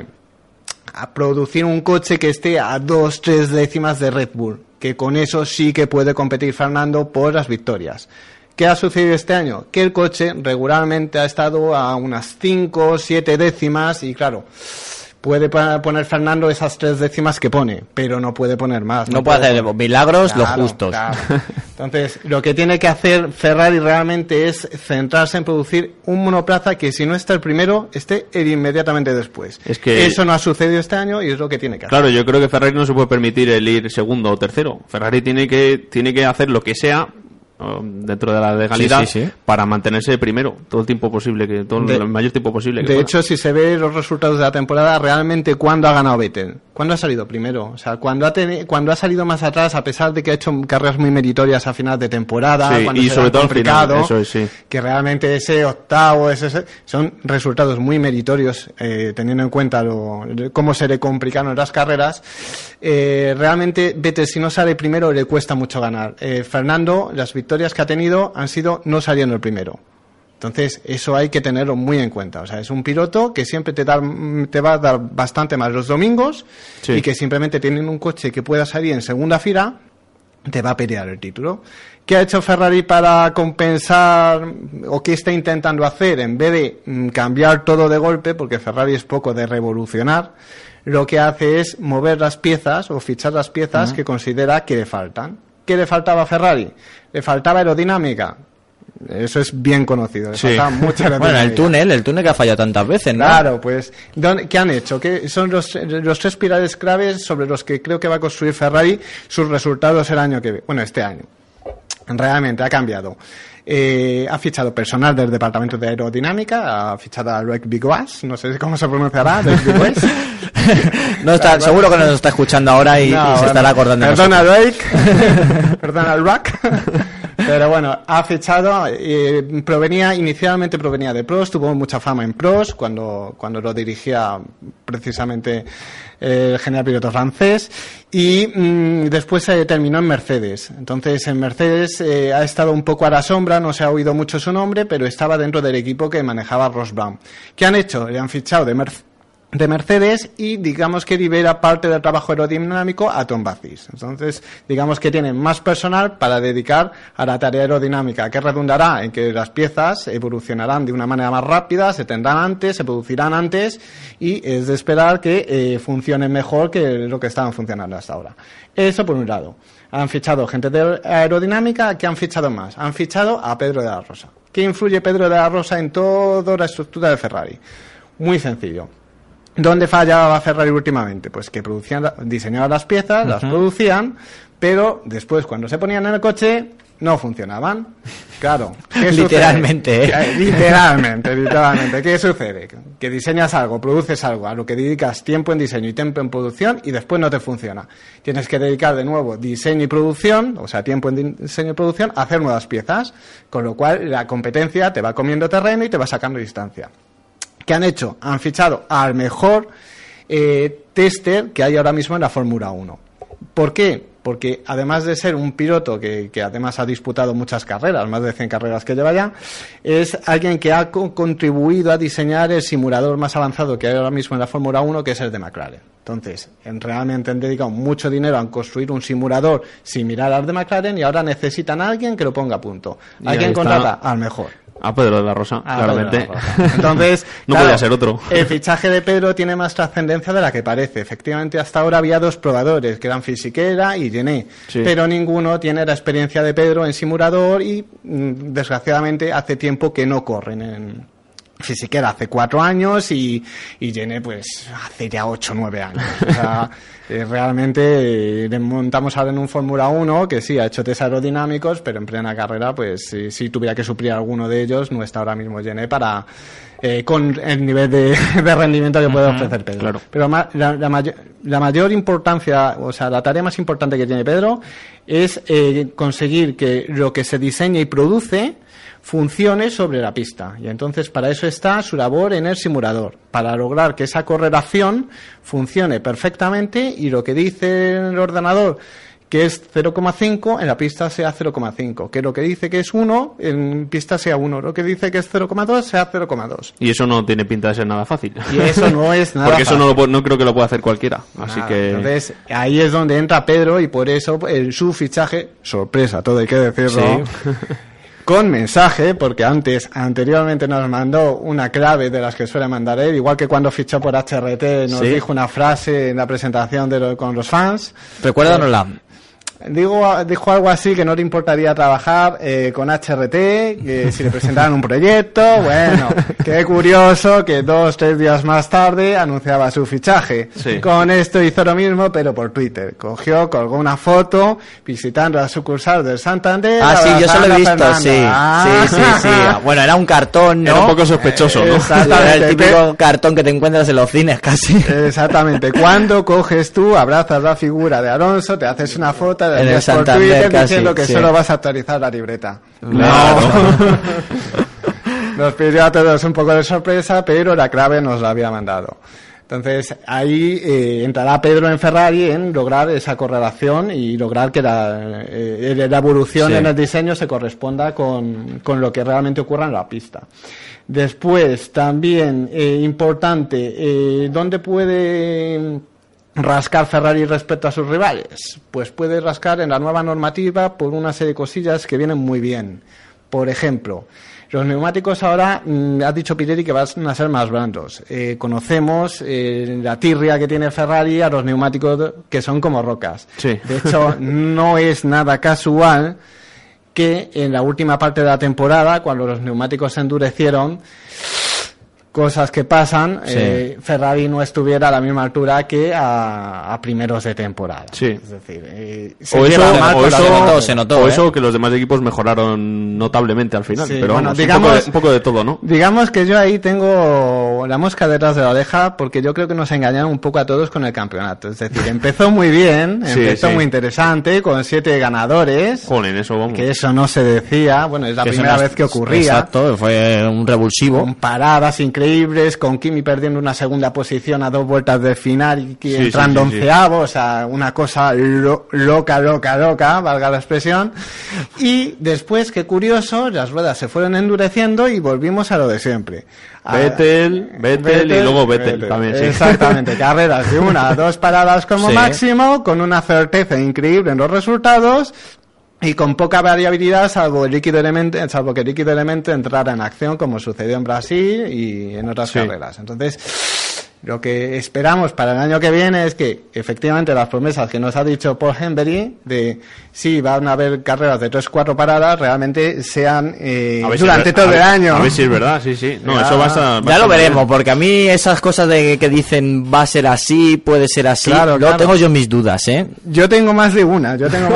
A producir un coche que esté a 2-3 décimas de Red Bull, que con eso sí que puede competir Fernando por las victorias. ¿Qué ha sucedido este año? Que el coche regularmente ha estado a unas 5-7 décimas y claro, puede poner Fernando esas 3 décimas que pone, pero no puede poner más. No puede hacer milagros, claro, los justos. Claro. Entonces, lo que tiene que hacer Ferrari realmente es centrarse en producir un monoplaza que si no está el primero, esté el inmediatamente después. Es que eso no ha sucedido este año y es lo que tiene que hacer. Claro, yo creo que Ferrari no se puede permitir el ir segundo o tercero. Ferrari tiene que hacer lo que sea dentro de la legalidad, sí. Para mantenerse primero todo el tiempo posible, el mayor tiempo posible. De hecho, si se ve los resultados de la temporada, realmente ¿cuándo ha ganado Vettel? ¿Cuándo ha salido primero? O sea, cuando ha salido más atrás, a pesar de que ha hecho carreras muy meritorias a final de temporada, sí, cuando y sobre todo al final, eso es, sí. Que realmente ese octavo, son resultados muy meritorios, teniendo en cuenta cómo se le complicaron las carreras. Realmente Vettel, si no sale primero, le cuesta mucho ganar. Fernando, las victorias que ha tenido han sido no saliendo el primero. Entonces, eso hay que tenerlo muy en cuenta. O sea, es un piloto que siempre te va a dar bastante más los domingos, sí. Y que simplemente teniendo un coche que pueda salir en segunda fila, te va a pelear el título. ¿Qué ha hecho Ferrari para compensar o qué está intentando hacer? En vez de cambiar todo de golpe, porque Ferrari es poco de revolucionar, lo que hace es mover las piezas o fichar las piezas que considera que le faltan. ¿Qué le faltaba a Ferrari? Le faltaba aerodinámica. Eso es bien conocido. Le faltaba mucha aerodinámica. Bueno, el túnel que ha fallado tantas veces, ¿no? Claro, pues, ¿qué han hecho? ¿Qué son los 3 pilares claves sobre los que creo que va a construir Ferrari sus resultados el año que viene? Bueno, este año. Realmente ha cambiado. Ha fichado personal del departamento de aerodinámica, ha fichado a Loic Bigoas, no sé cómo se pronunciará, no está, seguro que nos está escuchando ahora y se estará acordando. Perdona Loic, perdona Rack. Pero bueno, ha fichado, inicialmente provenía de Prost, tuvo mucha fama en Prost cuando lo dirigía precisamente el genial piloto francés, y después terminó en Mercedes. Entonces en Mercedes ha estado un poco a la sombra, no se ha oído mucho su nombre, pero estaba dentro del equipo que manejaba Ross Brown. ¿Qué han hecho? Le han fichado de Mercedes y digamos que libera parte del trabajo aerodinámico a Tom Bathis. Entonces digamos que tienen más personal para dedicar a la tarea aerodinámica, que redundará en que las piezas evolucionarán de una manera más rápida, se tendrán antes, se producirán antes, y es de esperar que funcionen mejor que lo que estaban funcionando hasta ahora. Eso por un lado. Han fichado gente de aerodinámica. ¿Qué han fichado más? Han fichado a Pedro de la Rosa. ¿Qué influye Pedro de la Rosa en toda la estructura de Ferrari? Muy sencillo. ¿Dónde fallaba Ferrari últimamente? Pues que diseñaban las piezas, las producían, pero después cuando se ponían en el coche no funcionaban. Claro. Literalmente, Literalmente. ¿Qué sucede? Que diseñas algo, produces algo, a lo que dedicas tiempo en diseño y tiempo en producción, y después no te funciona. Tienes que dedicar de nuevo diseño y producción, o sea, tiempo en diseño y producción, a hacer nuevas piezas, con lo cual la competencia te va comiendo terreno y te va sacando distancia. ¿Qué han hecho? Han fichado al mejor tester que hay ahora mismo en la Fórmula 1. ¿Por qué? Porque además de ser un piloto que además ha disputado muchas carreras, más de 100 carreras que lleva ya, es alguien que ha contribuido a diseñar el simulador más avanzado que hay ahora mismo en la Fórmula 1, que es el de McLaren. Entonces, realmente han dedicado mucho dinero a construir un simulador similar al de McLaren, y ahora necesitan a alguien que lo ponga a punto. Alguien contrata al mejor. A Pedro de la Rosa, claramente. Entonces, no claro, podía ser otro. El fichaje de Pedro tiene más trascendencia de la que parece. Efectivamente, hasta ahora había 2 probadores, que eran Fisichella y Gené, pero ninguno tiene la experiencia de Pedro en simulador, y desgraciadamente hace tiempo que no corren en Fisichella hace 4 años y Gené pues hace ya 8 o 9 años. O sea, realmente le montamos ahora en un Fórmula 1 que sí ha hecho test aerodinámicos, pero en plena carrera pues si tuviera que suplir a alguno de ellos, no está ahora mismo Gené para con el nivel de rendimiento que puede ofrecer Pedro. Claro. Pero la mayor importancia, o sea, la tarea más importante que tiene Pedro es conseguir que lo que se diseña y produce funcione sobre la pista, y entonces para eso está su labor en el simulador, para lograr que esa correlación funcione perfectamente y lo que dice el ordenador que es 0,5 en la pista sea 0,5, que lo que dice que es 1 en pista sea 1, lo que dice que es 0,2 sea 0,2. Y eso no tiene pinta de ser nada fácil. Y eso no es nada porque fácil. Eso no creo que lo pueda hacer cualquiera. Así que entonces ahí es donde entra Pedro, y por eso su fichaje, sorpresa, todo hay que decirlo, sí. Con mensaje, porque anteriormente nos mandó una clave de las que suele mandar él, igual que cuando fichó por HRT nos dijo una frase en la presentación con los fans. Recuérdanosla. Dijo algo así, que no le importaría trabajar con HRT, que si le presentaran un proyecto. Bueno, qué curioso que 2-3 días más tarde anunciaba su fichaje. Sí. Con esto hizo lo mismo, pero por Twitter. Colgó una foto visitando la sucursal del Santander. Ah, sí, yo se lo he visto, sí. Bueno, era un cartón, ¿no? Era un poco sospechoso, ¿no? Era el típico cartón que te encuentras en los cines casi. Exactamente. Cuando coges tú, abrazas la figura de Alonso, te haces una foto en el Santander, Twitter, casi, diciendo que solo vas a actualizar la libreta. No. Nos pidió a todos un poco de sorpresa, pero la clave nos la había mandado. Entonces ahí entrará Pedro en Ferrari en lograr esa correlación y lograr que la evolución en el diseño se corresponda con lo que realmente ocurra en la pista. Después también importante, ¿dónde puede rascar Ferrari respecto a sus rivales? Pues puede rascar en la nueva normativa por una serie de cosillas que vienen muy bien. Por ejemplo, los neumáticos ahora, ha dicho Pirelli que van a ser más blandos. Conocemos la tirria que tiene Ferrari a los neumáticos que son como rocas. Sí. De hecho, no es nada casual que en la última parte de la temporada, cuando los neumáticos se endurecieron, cosas que pasan, Sí. Ferrari no estuviera a la misma altura que a primeros de temporada. Sí. Es decir, o se notó, o eso que los demás equipos mejoraron notablemente al final. Sí, pero bueno, vamos, digamos- un poco de todo, ¿no? Digamos que yo ahí tengo la mosca detrás de la oreja porque yo creo que nos engañaron un poco a todos con el campeonato. Es decir, empezó muy bien, Sí, empezó sí. muy interesante, con 7 ganadores, Joder, eso vamos. que eso no se decía, bueno, es la Que eso primera no- vez que ocurría. Exacto, fue un revulsivo. Con paradas increíbles, con Kimi perdiendo una segunda posición a 2 vueltas del final y Sí, entrando sí, sí, sí. onceavo, o sea, una cosa loca, valga la expresión. Y después, qué curioso, las ruedas se fueron endureciendo y volvimos a lo de siempre. Vettel y luego Vettel también, sí. Exactamente, carreras de 1 a 2 paradas como Sí. máximo, con una certeza increíble en los resultados. Y con poca variabilidad, salvo que el líquido elemento entrara en acción, como sucedió en Brasil y en otras Sí. carreras. Entonces, lo que esperamos para el año que viene es que, efectivamente, las promesas que nos ha dicho Paul Hembery, de sí, van a haber carreras de 3-4 paradas, realmente sean A ver si durante es ver- todo a ver- el año. A ver si es verdad, sí, sí. No, Ya. eso va a estar... Ya lo veremos, porque a mí esas cosas de que dicen va a ser así, puede ser así, Claro, claro. tengo yo mis dudas, ¿eh? Yo tengo más de una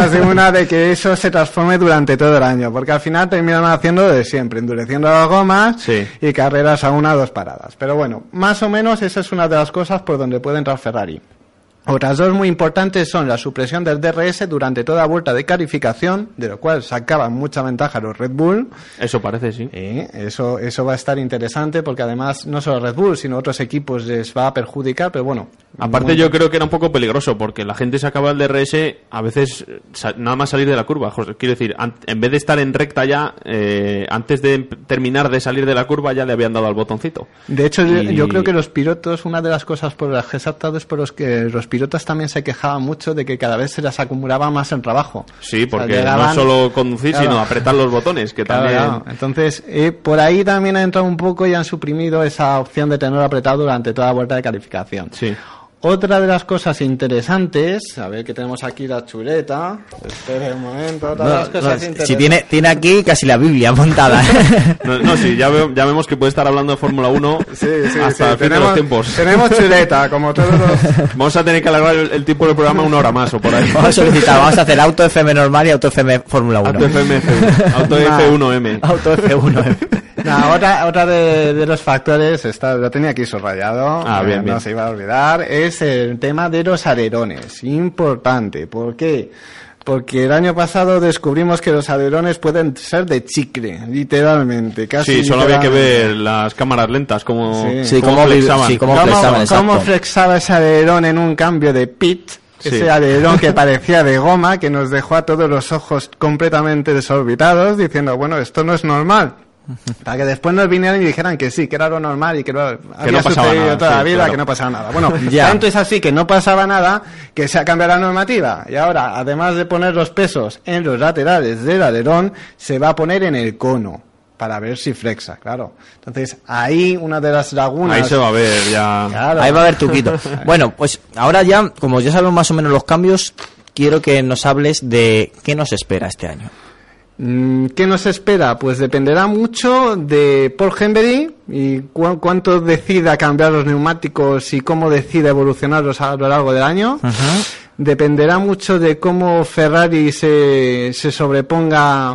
de que eso se transforme durante todo el año, porque al final terminan haciendo lo de siempre, endureciendo las gomas Sí. y carreras a 1 o 2 paradas. Pero bueno, más o menos esa es una de las cosas por donde puede entrar Ferrari. Otras dos muy importantes son la supresión del DRS durante toda vuelta de calificación, de lo cual sacaban mucha ventaja los Red Bull. Eso parece, sí. Eso va a estar interesante porque además no solo Red Bull, sino otros equipos les va a perjudicar, pero bueno. Aparte muy- yo creo que era un poco peligroso porque la gente sacaba el DRS a veces nada más salir de la curva. Quiero decir, en vez de estar en recta ya, antes de terminar de salir de la curva ya le habían dado al botoncito. De hecho, Y- yo creo que los pilotos, una de las cosas por las que he saltado es por los que los pilotos también se quejaban mucho de que cada vez se les acumulaba más el trabajo. Sí, porque O sea, llegaban- no solo conducir, Claro. sino apretar los botones, que Claro, también... claro. Entonces, por ahí también ha entrado un poco y han suprimido esa opción de tenerlo apretado durante toda la vuelta de calificación. Sí. Otra de las cosas interesantes, a ver que tenemos aquí la chuleta. Espere un momento, otra de las cosas si interesantes. tiene aquí casi la Biblia montada. No, sí, ya vemos que puede estar hablando de Fórmula 1 Sí, hasta el fin de los tiempos. Tenemos chuleta, como todos los... Vamos a tener que alargar el tiempo del programa 1 hora más o por ahí. Vamos a solicitar, vamos a hacer auto FM normal y auto FM Fórmula 1. Auto FMF, Auto F1M. Auto F1. No, otra de los factores, lo tenía aquí subrayado, Bien, no bien. se iba a olvidar, es el tema de los alerones. Importante. ¿Por qué? Porque el año pasado descubrimos que los alerones pueden ser de chicle, literalmente. Casi Sí, solo había que literalmente. ver las cámaras lentas, como Sí. Sí, cómo flexaban. sí, cómo flexaban, ¿Cómo exacto. flexaba ese alerón en un cambio de pit? Sí. Ese alerón que parecía de goma, que nos dejó a todos los ojos completamente desorbitados, diciendo, bueno, esto no es normal. Para que después nos vinieran y dijeran que sí, que era lo normal y que había no pasaba sucedido nada, toda la sí, vida, claro. que no pasaba nada. Bueno, Ya. tanto es así que no pasaba nada, que se ha cambiado la normativa. Y ahora, además de poner los pesos en los laterales del alerón, se va a poner en el cono, para ver si flexa, claro. Entonces, ahí una de las lagunas... Ahí se va a ver ya. Claro. Ahí va a haber truquito. Bueno, pues ahora ya, como ya sabemos más o menos los cambios, quiero que nos hables de qué nos espera este año. ¿Qué nos espera? Pues dependerá mucho de Paul Hembery y cuánto decida cambiar los neumáticos y cómo decida evolucionarlos a lo largo del año. Dependerá mucho de cómo Ferrari se sobreponga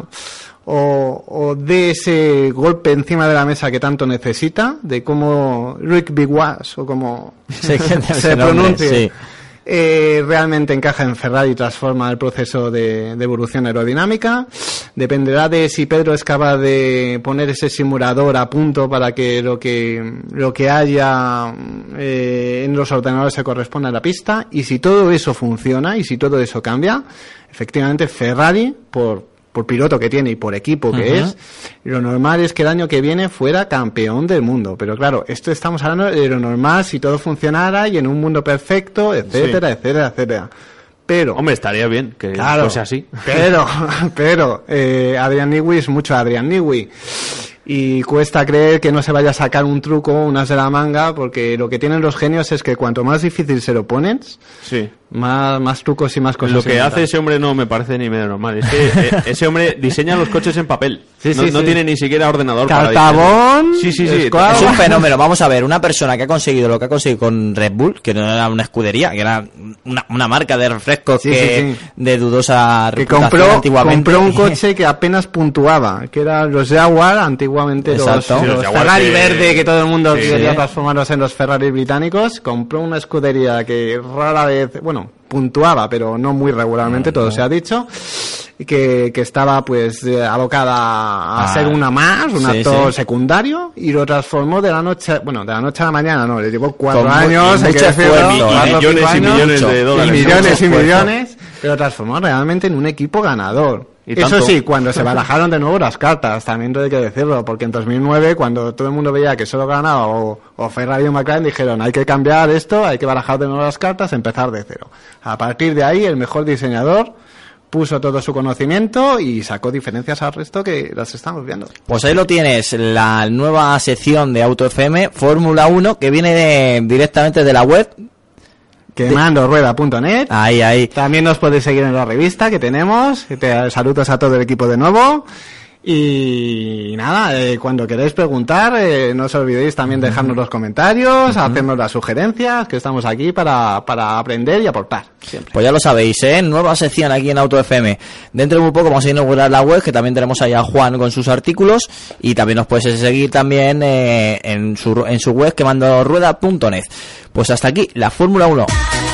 o dé ese golpe encima de la mesa que tanto necesita, de cómo Rick Biwas o como Sí, se ese nombre, pronuncie. sí. Realmente encaja en Ferrari y transforma el proceso de evolución aerodinámica. Dependerá de si Pedro es capaz de poner ese simulador a punto para que lo que haya en los ordenadores se corresponda a la pista. Y si todo eso funciona y si todo eso cambia, efectivamente Ferrari, por piloto que tiene y por equipo que es, lo normal es que el año que viene fuera campeón del mundo. Pero claro, esto estamos hablando de lo normal si todo funcionara y en un mundo perfecto, etcétera, etcétera, etcétera. pero... Hombre, estaría bien que Claro, fuese así. pero Adrian Newey es mucho Adrian Newey. Y cuesta creer que no se vaya a sacar un truco, unas de la manga, porque lo que tienen los genios es que cuanto más difícil se lo pones, Sí. más trucos y más cosas. Lo que inventan. hace ese hombre no me parece ni medio normal. Es que ese hombre diseña los coches en papel. Sí, no, sí, no sí. tiene ni siquiera ordenador Cartabón, para diseñar. Sí. escuadra. Es un fenómeno. Vamos a ver, una persona que ha conseguido lo que ha conseguido con Red Bull, que no era una escudería, que era una marca de refrescos Sí, que sí. de dudosa Que reputación antiguamente. compró un coche que apenas puntuaba, que eran los Jaguar, antiguamente Exacto. los Los Jaguar Ferrari que- verde, que todo el mundo Sí. quería Sí. transformarlos en los Ferrari británicos. Compró una escudería que rara vez, bueno, puntuaba, pero no muy regularmente, todo se ha dicho, y que estaba pues abocada a ser una más, un sí, actor sí. secundario, y lo transformó de la noche a la mañana, no, le llevó 4 Con años, hay que mucho decirlo, esfuerzo, 4 o 5 millones y años, millones de mucho. dólares. y millones Mucho y esfuerzo. millones, pero transformó realmente en un equipo ganador. Y Eso tanto. sí, cuando se barajaron de nuevo las cartas, también hay que decirlo, porque en 2009, cuando todo el mundo veía que solo ganaba o Ferrari o McLaren, dijeron, hay que cambiar esto, hay que barajar de nuevo las cartas, empezar de cero. A partir de ahí, el mejor diseñador puso todo su conocimiento y sacó diferencias al resto que las estamos viendo. Pues ahí lo tienes, la nueva sección de Auto FM, Fórmula 1, que viene directamente de la web. Quemandorueda.net. Ahí. También nos podéis seguir en la revista que tenemos. Saludos a todo el equipo de nuevo. Y nada, cuando queráis preguntar, no os olvidéis también dejarnos los comentarios, hacernos las sugerencias, que estamos aquí para aprender y aportar. Siempre. Pues ya lo sabéis, nueva sección aquí en Auto FM. Dentro de muy poco vamos a inaugurar la web, que también tenemos ahí a Juan con sus artículos, y también nos puedes seguir también en su web, quemandorueda.net. Pues hasta aquí, la Fórmula 1.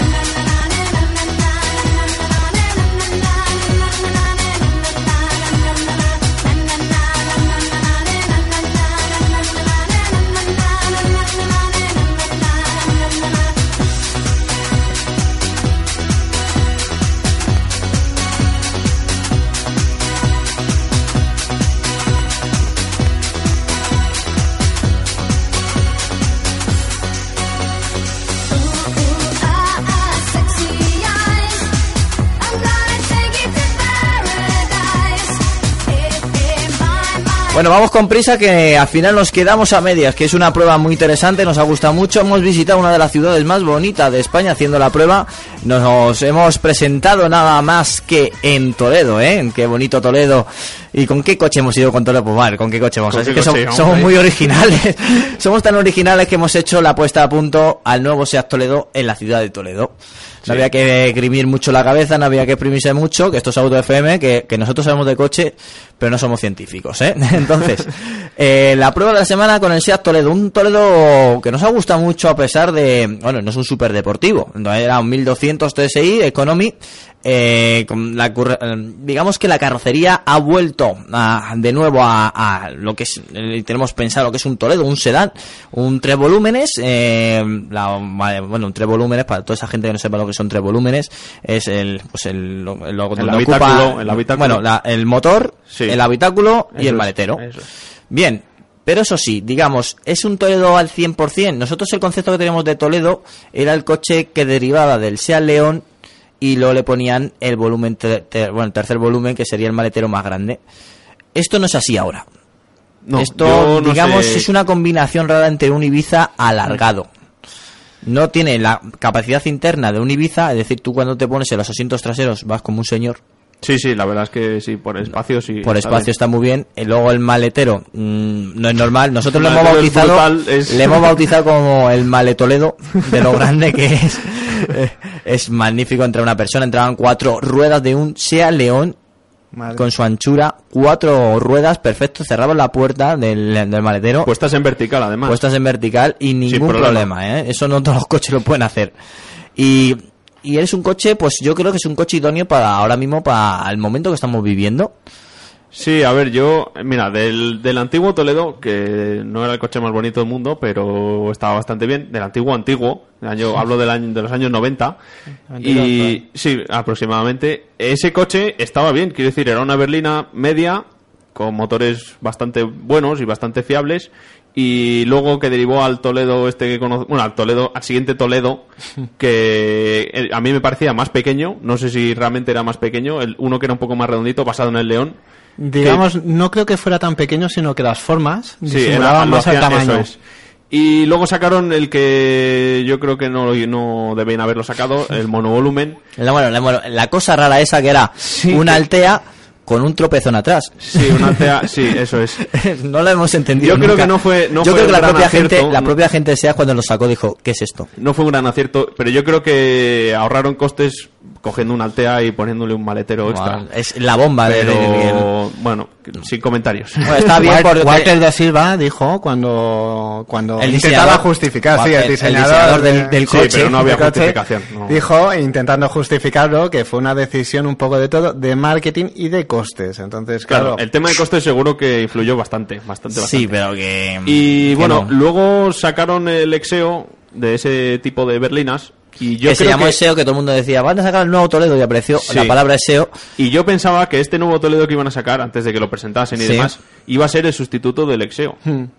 Bueno, vamos con prisa, que al final nos quedamos a medias, que es una prueba muy interesante, nos ha gustado mucho. Hemos visitado una de las ciudades más bonitas de España haciendo la prueba. Nos hemos presentado nada más que en Toledo, Qué bonito Toledo. ¿Y con qué coche hemos ido con Toledo? Pues vale, ¿con qué coche hemos? ¿Con Así qué que coche, somos hombre? muy originales. Somos tan originales que hemos hecho la puesta a punto al nuevo SEAT Toledo en la ciudad de Toledo. No había que exprimir mucho la cabeza, no había que exprimirse mucho, que esto es Auto FM, que nosotros sabemos de coche, pero no somos científicos, Entonces, la prueba de la semana con el SEAT Toledo, un Toledo que nos ha gustado mucho a pesar de, bueno, no es un superdeportivo, era un 1200 TSI Economy, con digamos que la carrocería ha vuelto de nuevo a lo que es, tenemos pensado lo que es un Toledo, un sedán, un 3 volúmenes, bueno, un 3 volúmenes, para toda esa gente que no sepa lo que son 3 volúmenes, es donde habitáculo, el habitáculo. bueno, el motor, Sí. el habitáculo y Eso el es, maletero. eso es. Bien, pero eso sí, digamos, ¿es un Toledo al 100%? Nosotros el concepto que teníamos de Toledo era el coche que derivaba del Seat León y luego le ponían el volumen, el tercer volumen, que sería el maletero más grande. Esto no es así ahora. No, Esto, yo no digamos, sé. es una combinación rara entre un Ibiza alargado. No tiene la capacidad interna de un Ibiza, es decir, tú cuando te pones en los asientos traseros vas como un señor. Sí, la verdad es que sí, por espacio sí. Por está espacio bien. está muy bien. Y luego el maletero no es normal. Nosotros lo El hemos maletero es bautizado, brutal, le hemos bautizado como el maletoledo, de lo grande que es. Es magnífico. Entre una persona entraban 4 ruedas de un Seat León. Madre. Con su anchura, 4 ruedas, perfecto, cerramos la puerta del maletero, Puestas en vertical, además. puestas en vertical y ningún problema, Eso no todos los coches lo pueden hacer. Y es un coche, pues yo creo que es un coche idóneo para ahora mismo, para el momento que estamos viviendo. Sí, a ver, mira, del antiguo Toledo, que no era el coche más bonito del mundo, pero estaba bastante bien, del antiguo, hablo de los años 90, y sí, aproximadamente, ese coche estaba bien, quiero decir, era una berlina media, con motores bastante buenos y bastante fiables, y luego que derivó al Toledo al siguiente Toledo, que a mí me parecía más pequeño, no sé si realmente era más pequeño, uno que era un poco más redondito basado en el León. Digamos, no creo que fuera tan pequeño, sino que las formas disimulaban lo más el hacían, tamaño. eso es. Y luego sacaron el que yo creo que no deben haberlo sacado, el monovolumen. La cosa rara esa que era una Altea con un tropezón atrás. Sí, una Altea, sí, eso es. No lo hemos entendido. Yo creo nunca. que no fue yo creo que acierto, la propia gente de SEAT cuando lo sacó dijo, ¿qué es esto? No fue un gran acierto, pero yo creo que ahorraron costes cogiendo una Altea y poniéndole un maletero extra. Es la bomba. Pero bueno, sin comentarios. Bueno, está bien Walter da Silva dijo cuando el intentaba justificar, el diseñador del coche, pero no había justificación. No. Dijo, intentando justificarlo, que fue una decisión un poco de todo, de marketing y de costes. Entonces, claro, el tema de costes seguro que influyó bastante. Sí, pero que... Y bueno, no. luego sacaron el Exeo de ese tipo de berlinas. Y yo que se llamó SEO, que todo el mundo decía, van a sacar el nuevo Toledo, y apareció la palabra SEO. Y yo pensaba que este nuevo Toledo que iban a sacar, antes de que lo presentasen y demás, iba a ser el sustituto del Exeo.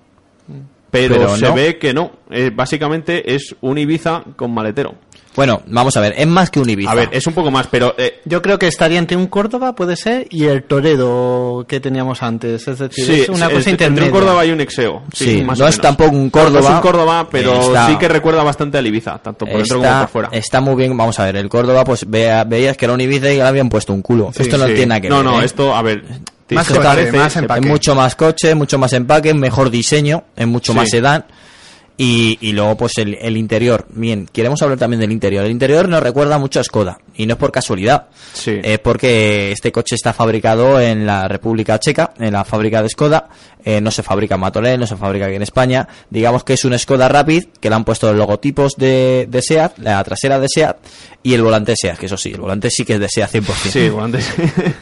Pero se ve que no. Básicamente es un Ibiza con maletero. Bueno, vamos a ver, es más que un Ibiza. A ver, es un poco más, pero... yo creo que estaría entre un Córdoba, puede ser, y el Toledo que teníamos antes. Es decir, es una cosa intermedia. Entre un Córdoba y un Exeo. Sí, más no o es menos. tampoco un Córdoba. No es un Córdoba, pero sí que recuerda bastante al Ibiza, tanto por dentro como por fuera. Está muy bien, vamos a ver, el Córdoba, pues veías que era un Ibiza y le habían puesto un culo. Esto no tiene nada que ver. No, esto, a ver... Más coche, más empaque. Es mucho más coche, mucho más empaque, mejor diseño, es mucho más sedán. Y luego pues el interior. Bien, queremos hablar también del interior. El interior nos recuerda mucho a Skoda, y no es por casualidad. Es porque este coche está fabricado en la República Checa, en la fábrica de Skoda. No se fabrica en Martorell, no se fabrica aquí en España. Digamos que es un Skoda Rapid, que le han puesto los logotipos de SEAT, la trasera de SEAT y el volante SEAT, que eso sí, el volante sí que es de SEAT 100%. Sí, el volante sí.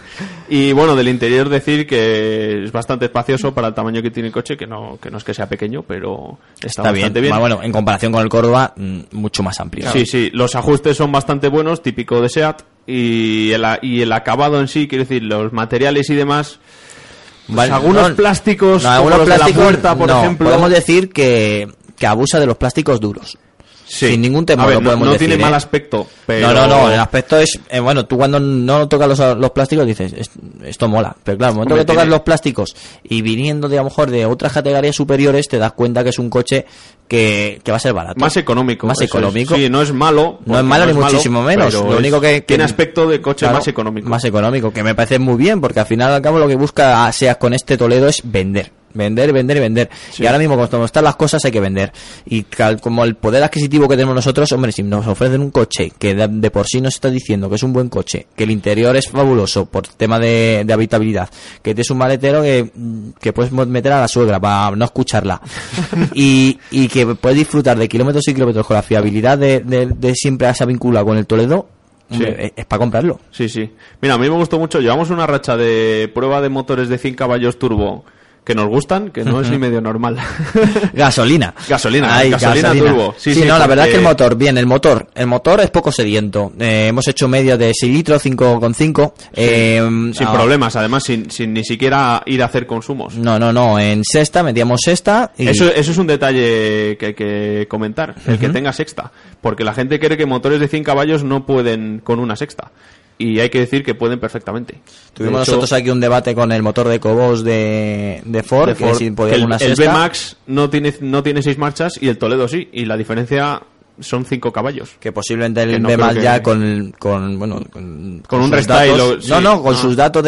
Y bueno, del interior decir que es bastante espacioso para el tamaño que tiene el coche, que no es que sea pequeño, pero está bastante bien. Bueno, en comparación con el Córdoba, mucho más amplio. Sí, los ajustes son bastante buenos, típico de SEAT, y el acabado en sí, quiero decir, los materiales y demás... Pues algunos plásticos, como los de la puerta, por ejemplo... Podemos decir que abusa de los plásticos duros. Sí. Sin ningún temor, ver, lo podemos decir. No tiene mal aspecto, pero... No, el aspecto es... bueno, tú cuando no tocas los plásticos dices, esto mola. Pero claro, el momento que tocas los plásticos y viniendo de a lo mejor de otras categorías superiores, te das cuenta que es un coche que va a ser barato. Más económico. Más económico. Sí, no es malo. No es malo ni muchísimo menos. Lo único que tiene aspecto de coche más económico. Más económico, que me parece muy bien, porque al final al cabo lo que busca SEAT con este Toledo es vender. Vender. Sí. Y ahora mismo, como están las cosas, hay que vender. Y como el poder adquisitivo que tenemos nosotros, hombre, si nos ofrecen un coche que de por sí nos está diciendo que es un buen coche, que el interior es fabuloso por tema de habitabilidad, que tienes un maletero que puedes meter a la suegra para no escucharla, y que puedes disfrutar de kilómetros y kilómetros con la fiabilidad de siempre esa vincula con el Toledo. Es para comprarlo. Sí. Mira, a mí me gustó mucho. Llevamos una racha de prueba de motores de 100 caballos turbo que nos gustan, que no es ni medio normal. Gasolina turbo. Sí, la verdad es que el motor es poco sediento. Hemos hecho media de 6 litros, 5,5. Sin problemas, además, sin ni siquiera ir a hacer consumos. No, en sexta, metíamos sexta. Y... Eso es un detalle que hay que comentar, el que tenga sexta. Porque la gente cree que motores de 100 caballos no pueden con una sexta. Y hay que decir que pueden perfectamente. Tuvimos nosotros aquí un debate con el motor de EcoBoost de Ford, que si podía una sexta. El B-Max no tiene 6 marchas y el Toledo sí, y la diferencia son 5 caballos. Que posiblemente el B-Max ya con un restyling. Con sus datos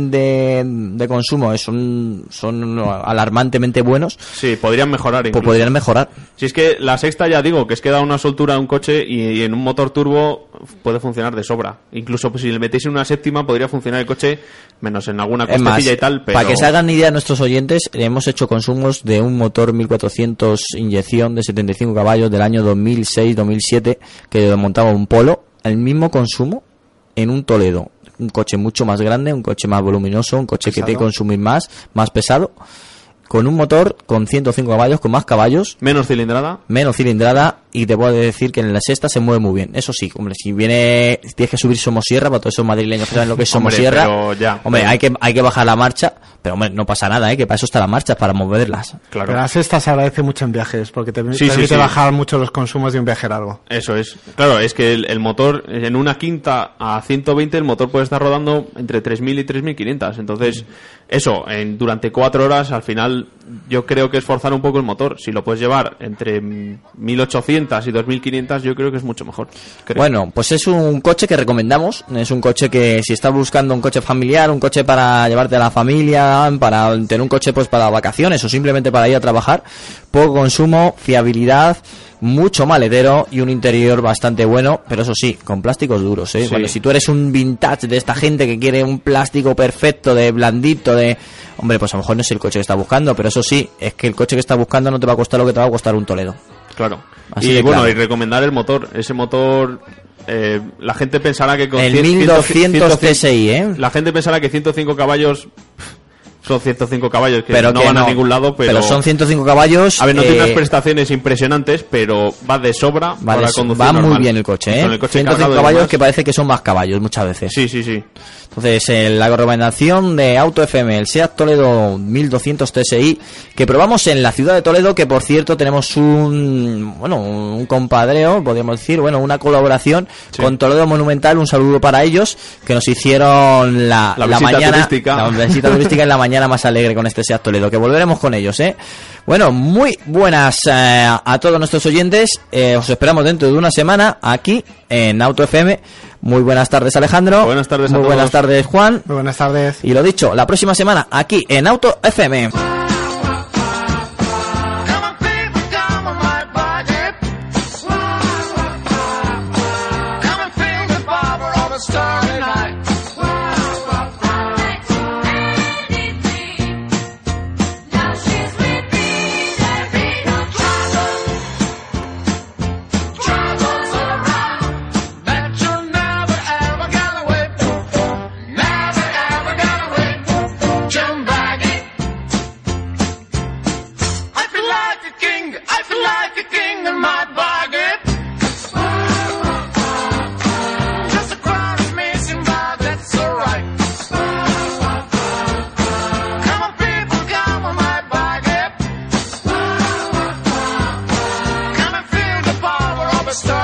de consumo son alarmantemente buenos. Sí, podrían mejorar incluso. Pues podrían mejorar. Si es que la sexta, ya digo, que es que da una soltura a un coche y en un motor turbo puede funcionar de sobra. Incluso pues, si le metéis en una séptima podría funcionar el coche, menos en alguna costecilla y tal. Pero... Para que se hagan idea nuestros oyentes, hemos hecho consumos de un motor 1400 inyección de 75 caballos del año 2006-2007, que montaba un Polo, el mismo consumo en un Toledo. Un coche mucho más grande, un coche más voluminoso, un coche pesado, que te consume más pesado, con un motor con 105 caballos, con más caballos, Menos cilindrada. y te puedo decir que en la sexta se mueve muy bien. Eso sí, hombre, si tienes que subir Somosierra, para todos esos madrileños que saben lo que es Somosierra, hay que bajar la marcha, pero hombre, no pasa nada, que para eso está la marcha, para moverlas. Claro. Pero la sexta se agradece mucho en viajes, porque te permite bajar mucho los consumos de un viaje largo. Eso es. Claro, es que el motor, en una quinta a 120, el motor puede estar rodando entre 3.000 y 3.500. Entonces, eso, durante 4 horas, al final, yo creo que es forzar un poco el motor. Si lo puedes llevar entre 1.800 y 2.500, yo creo que es mucho mejor. Bueno, pues es un coche que recomendamos. Es un coche que, si estás buscando un coche familiar, un coche para llevarte a la familia, para tener un coche pues para vacaciones o simplemente para ir a trabajar, poco consumo, fiabilidad, mucho maletero y un interior bastante bueno, pero eso sí, con plásticos duros, ¿eh? Sí. Bueno, si tú eres un vintage de esta gente que quiere un plástico perfecto, de blandito, hombre, pues a lo mejor no es el coche que está buscando, pero eso sí, es que el coche que está buscando no te va a costar lo que te va a costar un Toledo. Claro. Así y de bueno, claro. y recomendar el motor. Ese motor, la gente pensará que con El 1200 TSI, La gente pensará que 105 caballos son 105 caballos, que pero no que van a ningún lado, pero son 105 caballos. A ver, no tiene unas prestaciones impresionantes, pero va de sobra para conducir va normal. muy bien el coche, ¿eh? Con el coche 105 caballos que parece que son más caballos muchas veces. Sí. Entonces, la recomendación de Auto FM, el SEAT Toledo 1200 TSI, que probamos en la ciudad de Toledo, que por cierto tenemos un compadreo, podríamos decir, una colaboración con Toledo Monumental. Un saludo para ellos, que nos hicieron la visita turística en la mañana más alegre con este SEAT Toledo, que volveremos con ellos, ¿eh? Bueno, muy buenas a todos nuestros oyentes. Os esperamos dentro de una semana aquí en Auto FM. Muy buenas tardes, Alejandro. Buenas tardes a Muy todos. buenas tardes, Juan. Muy buenas tardes. Y lo dicho, la próxima semana aquí en Auto FM. Star.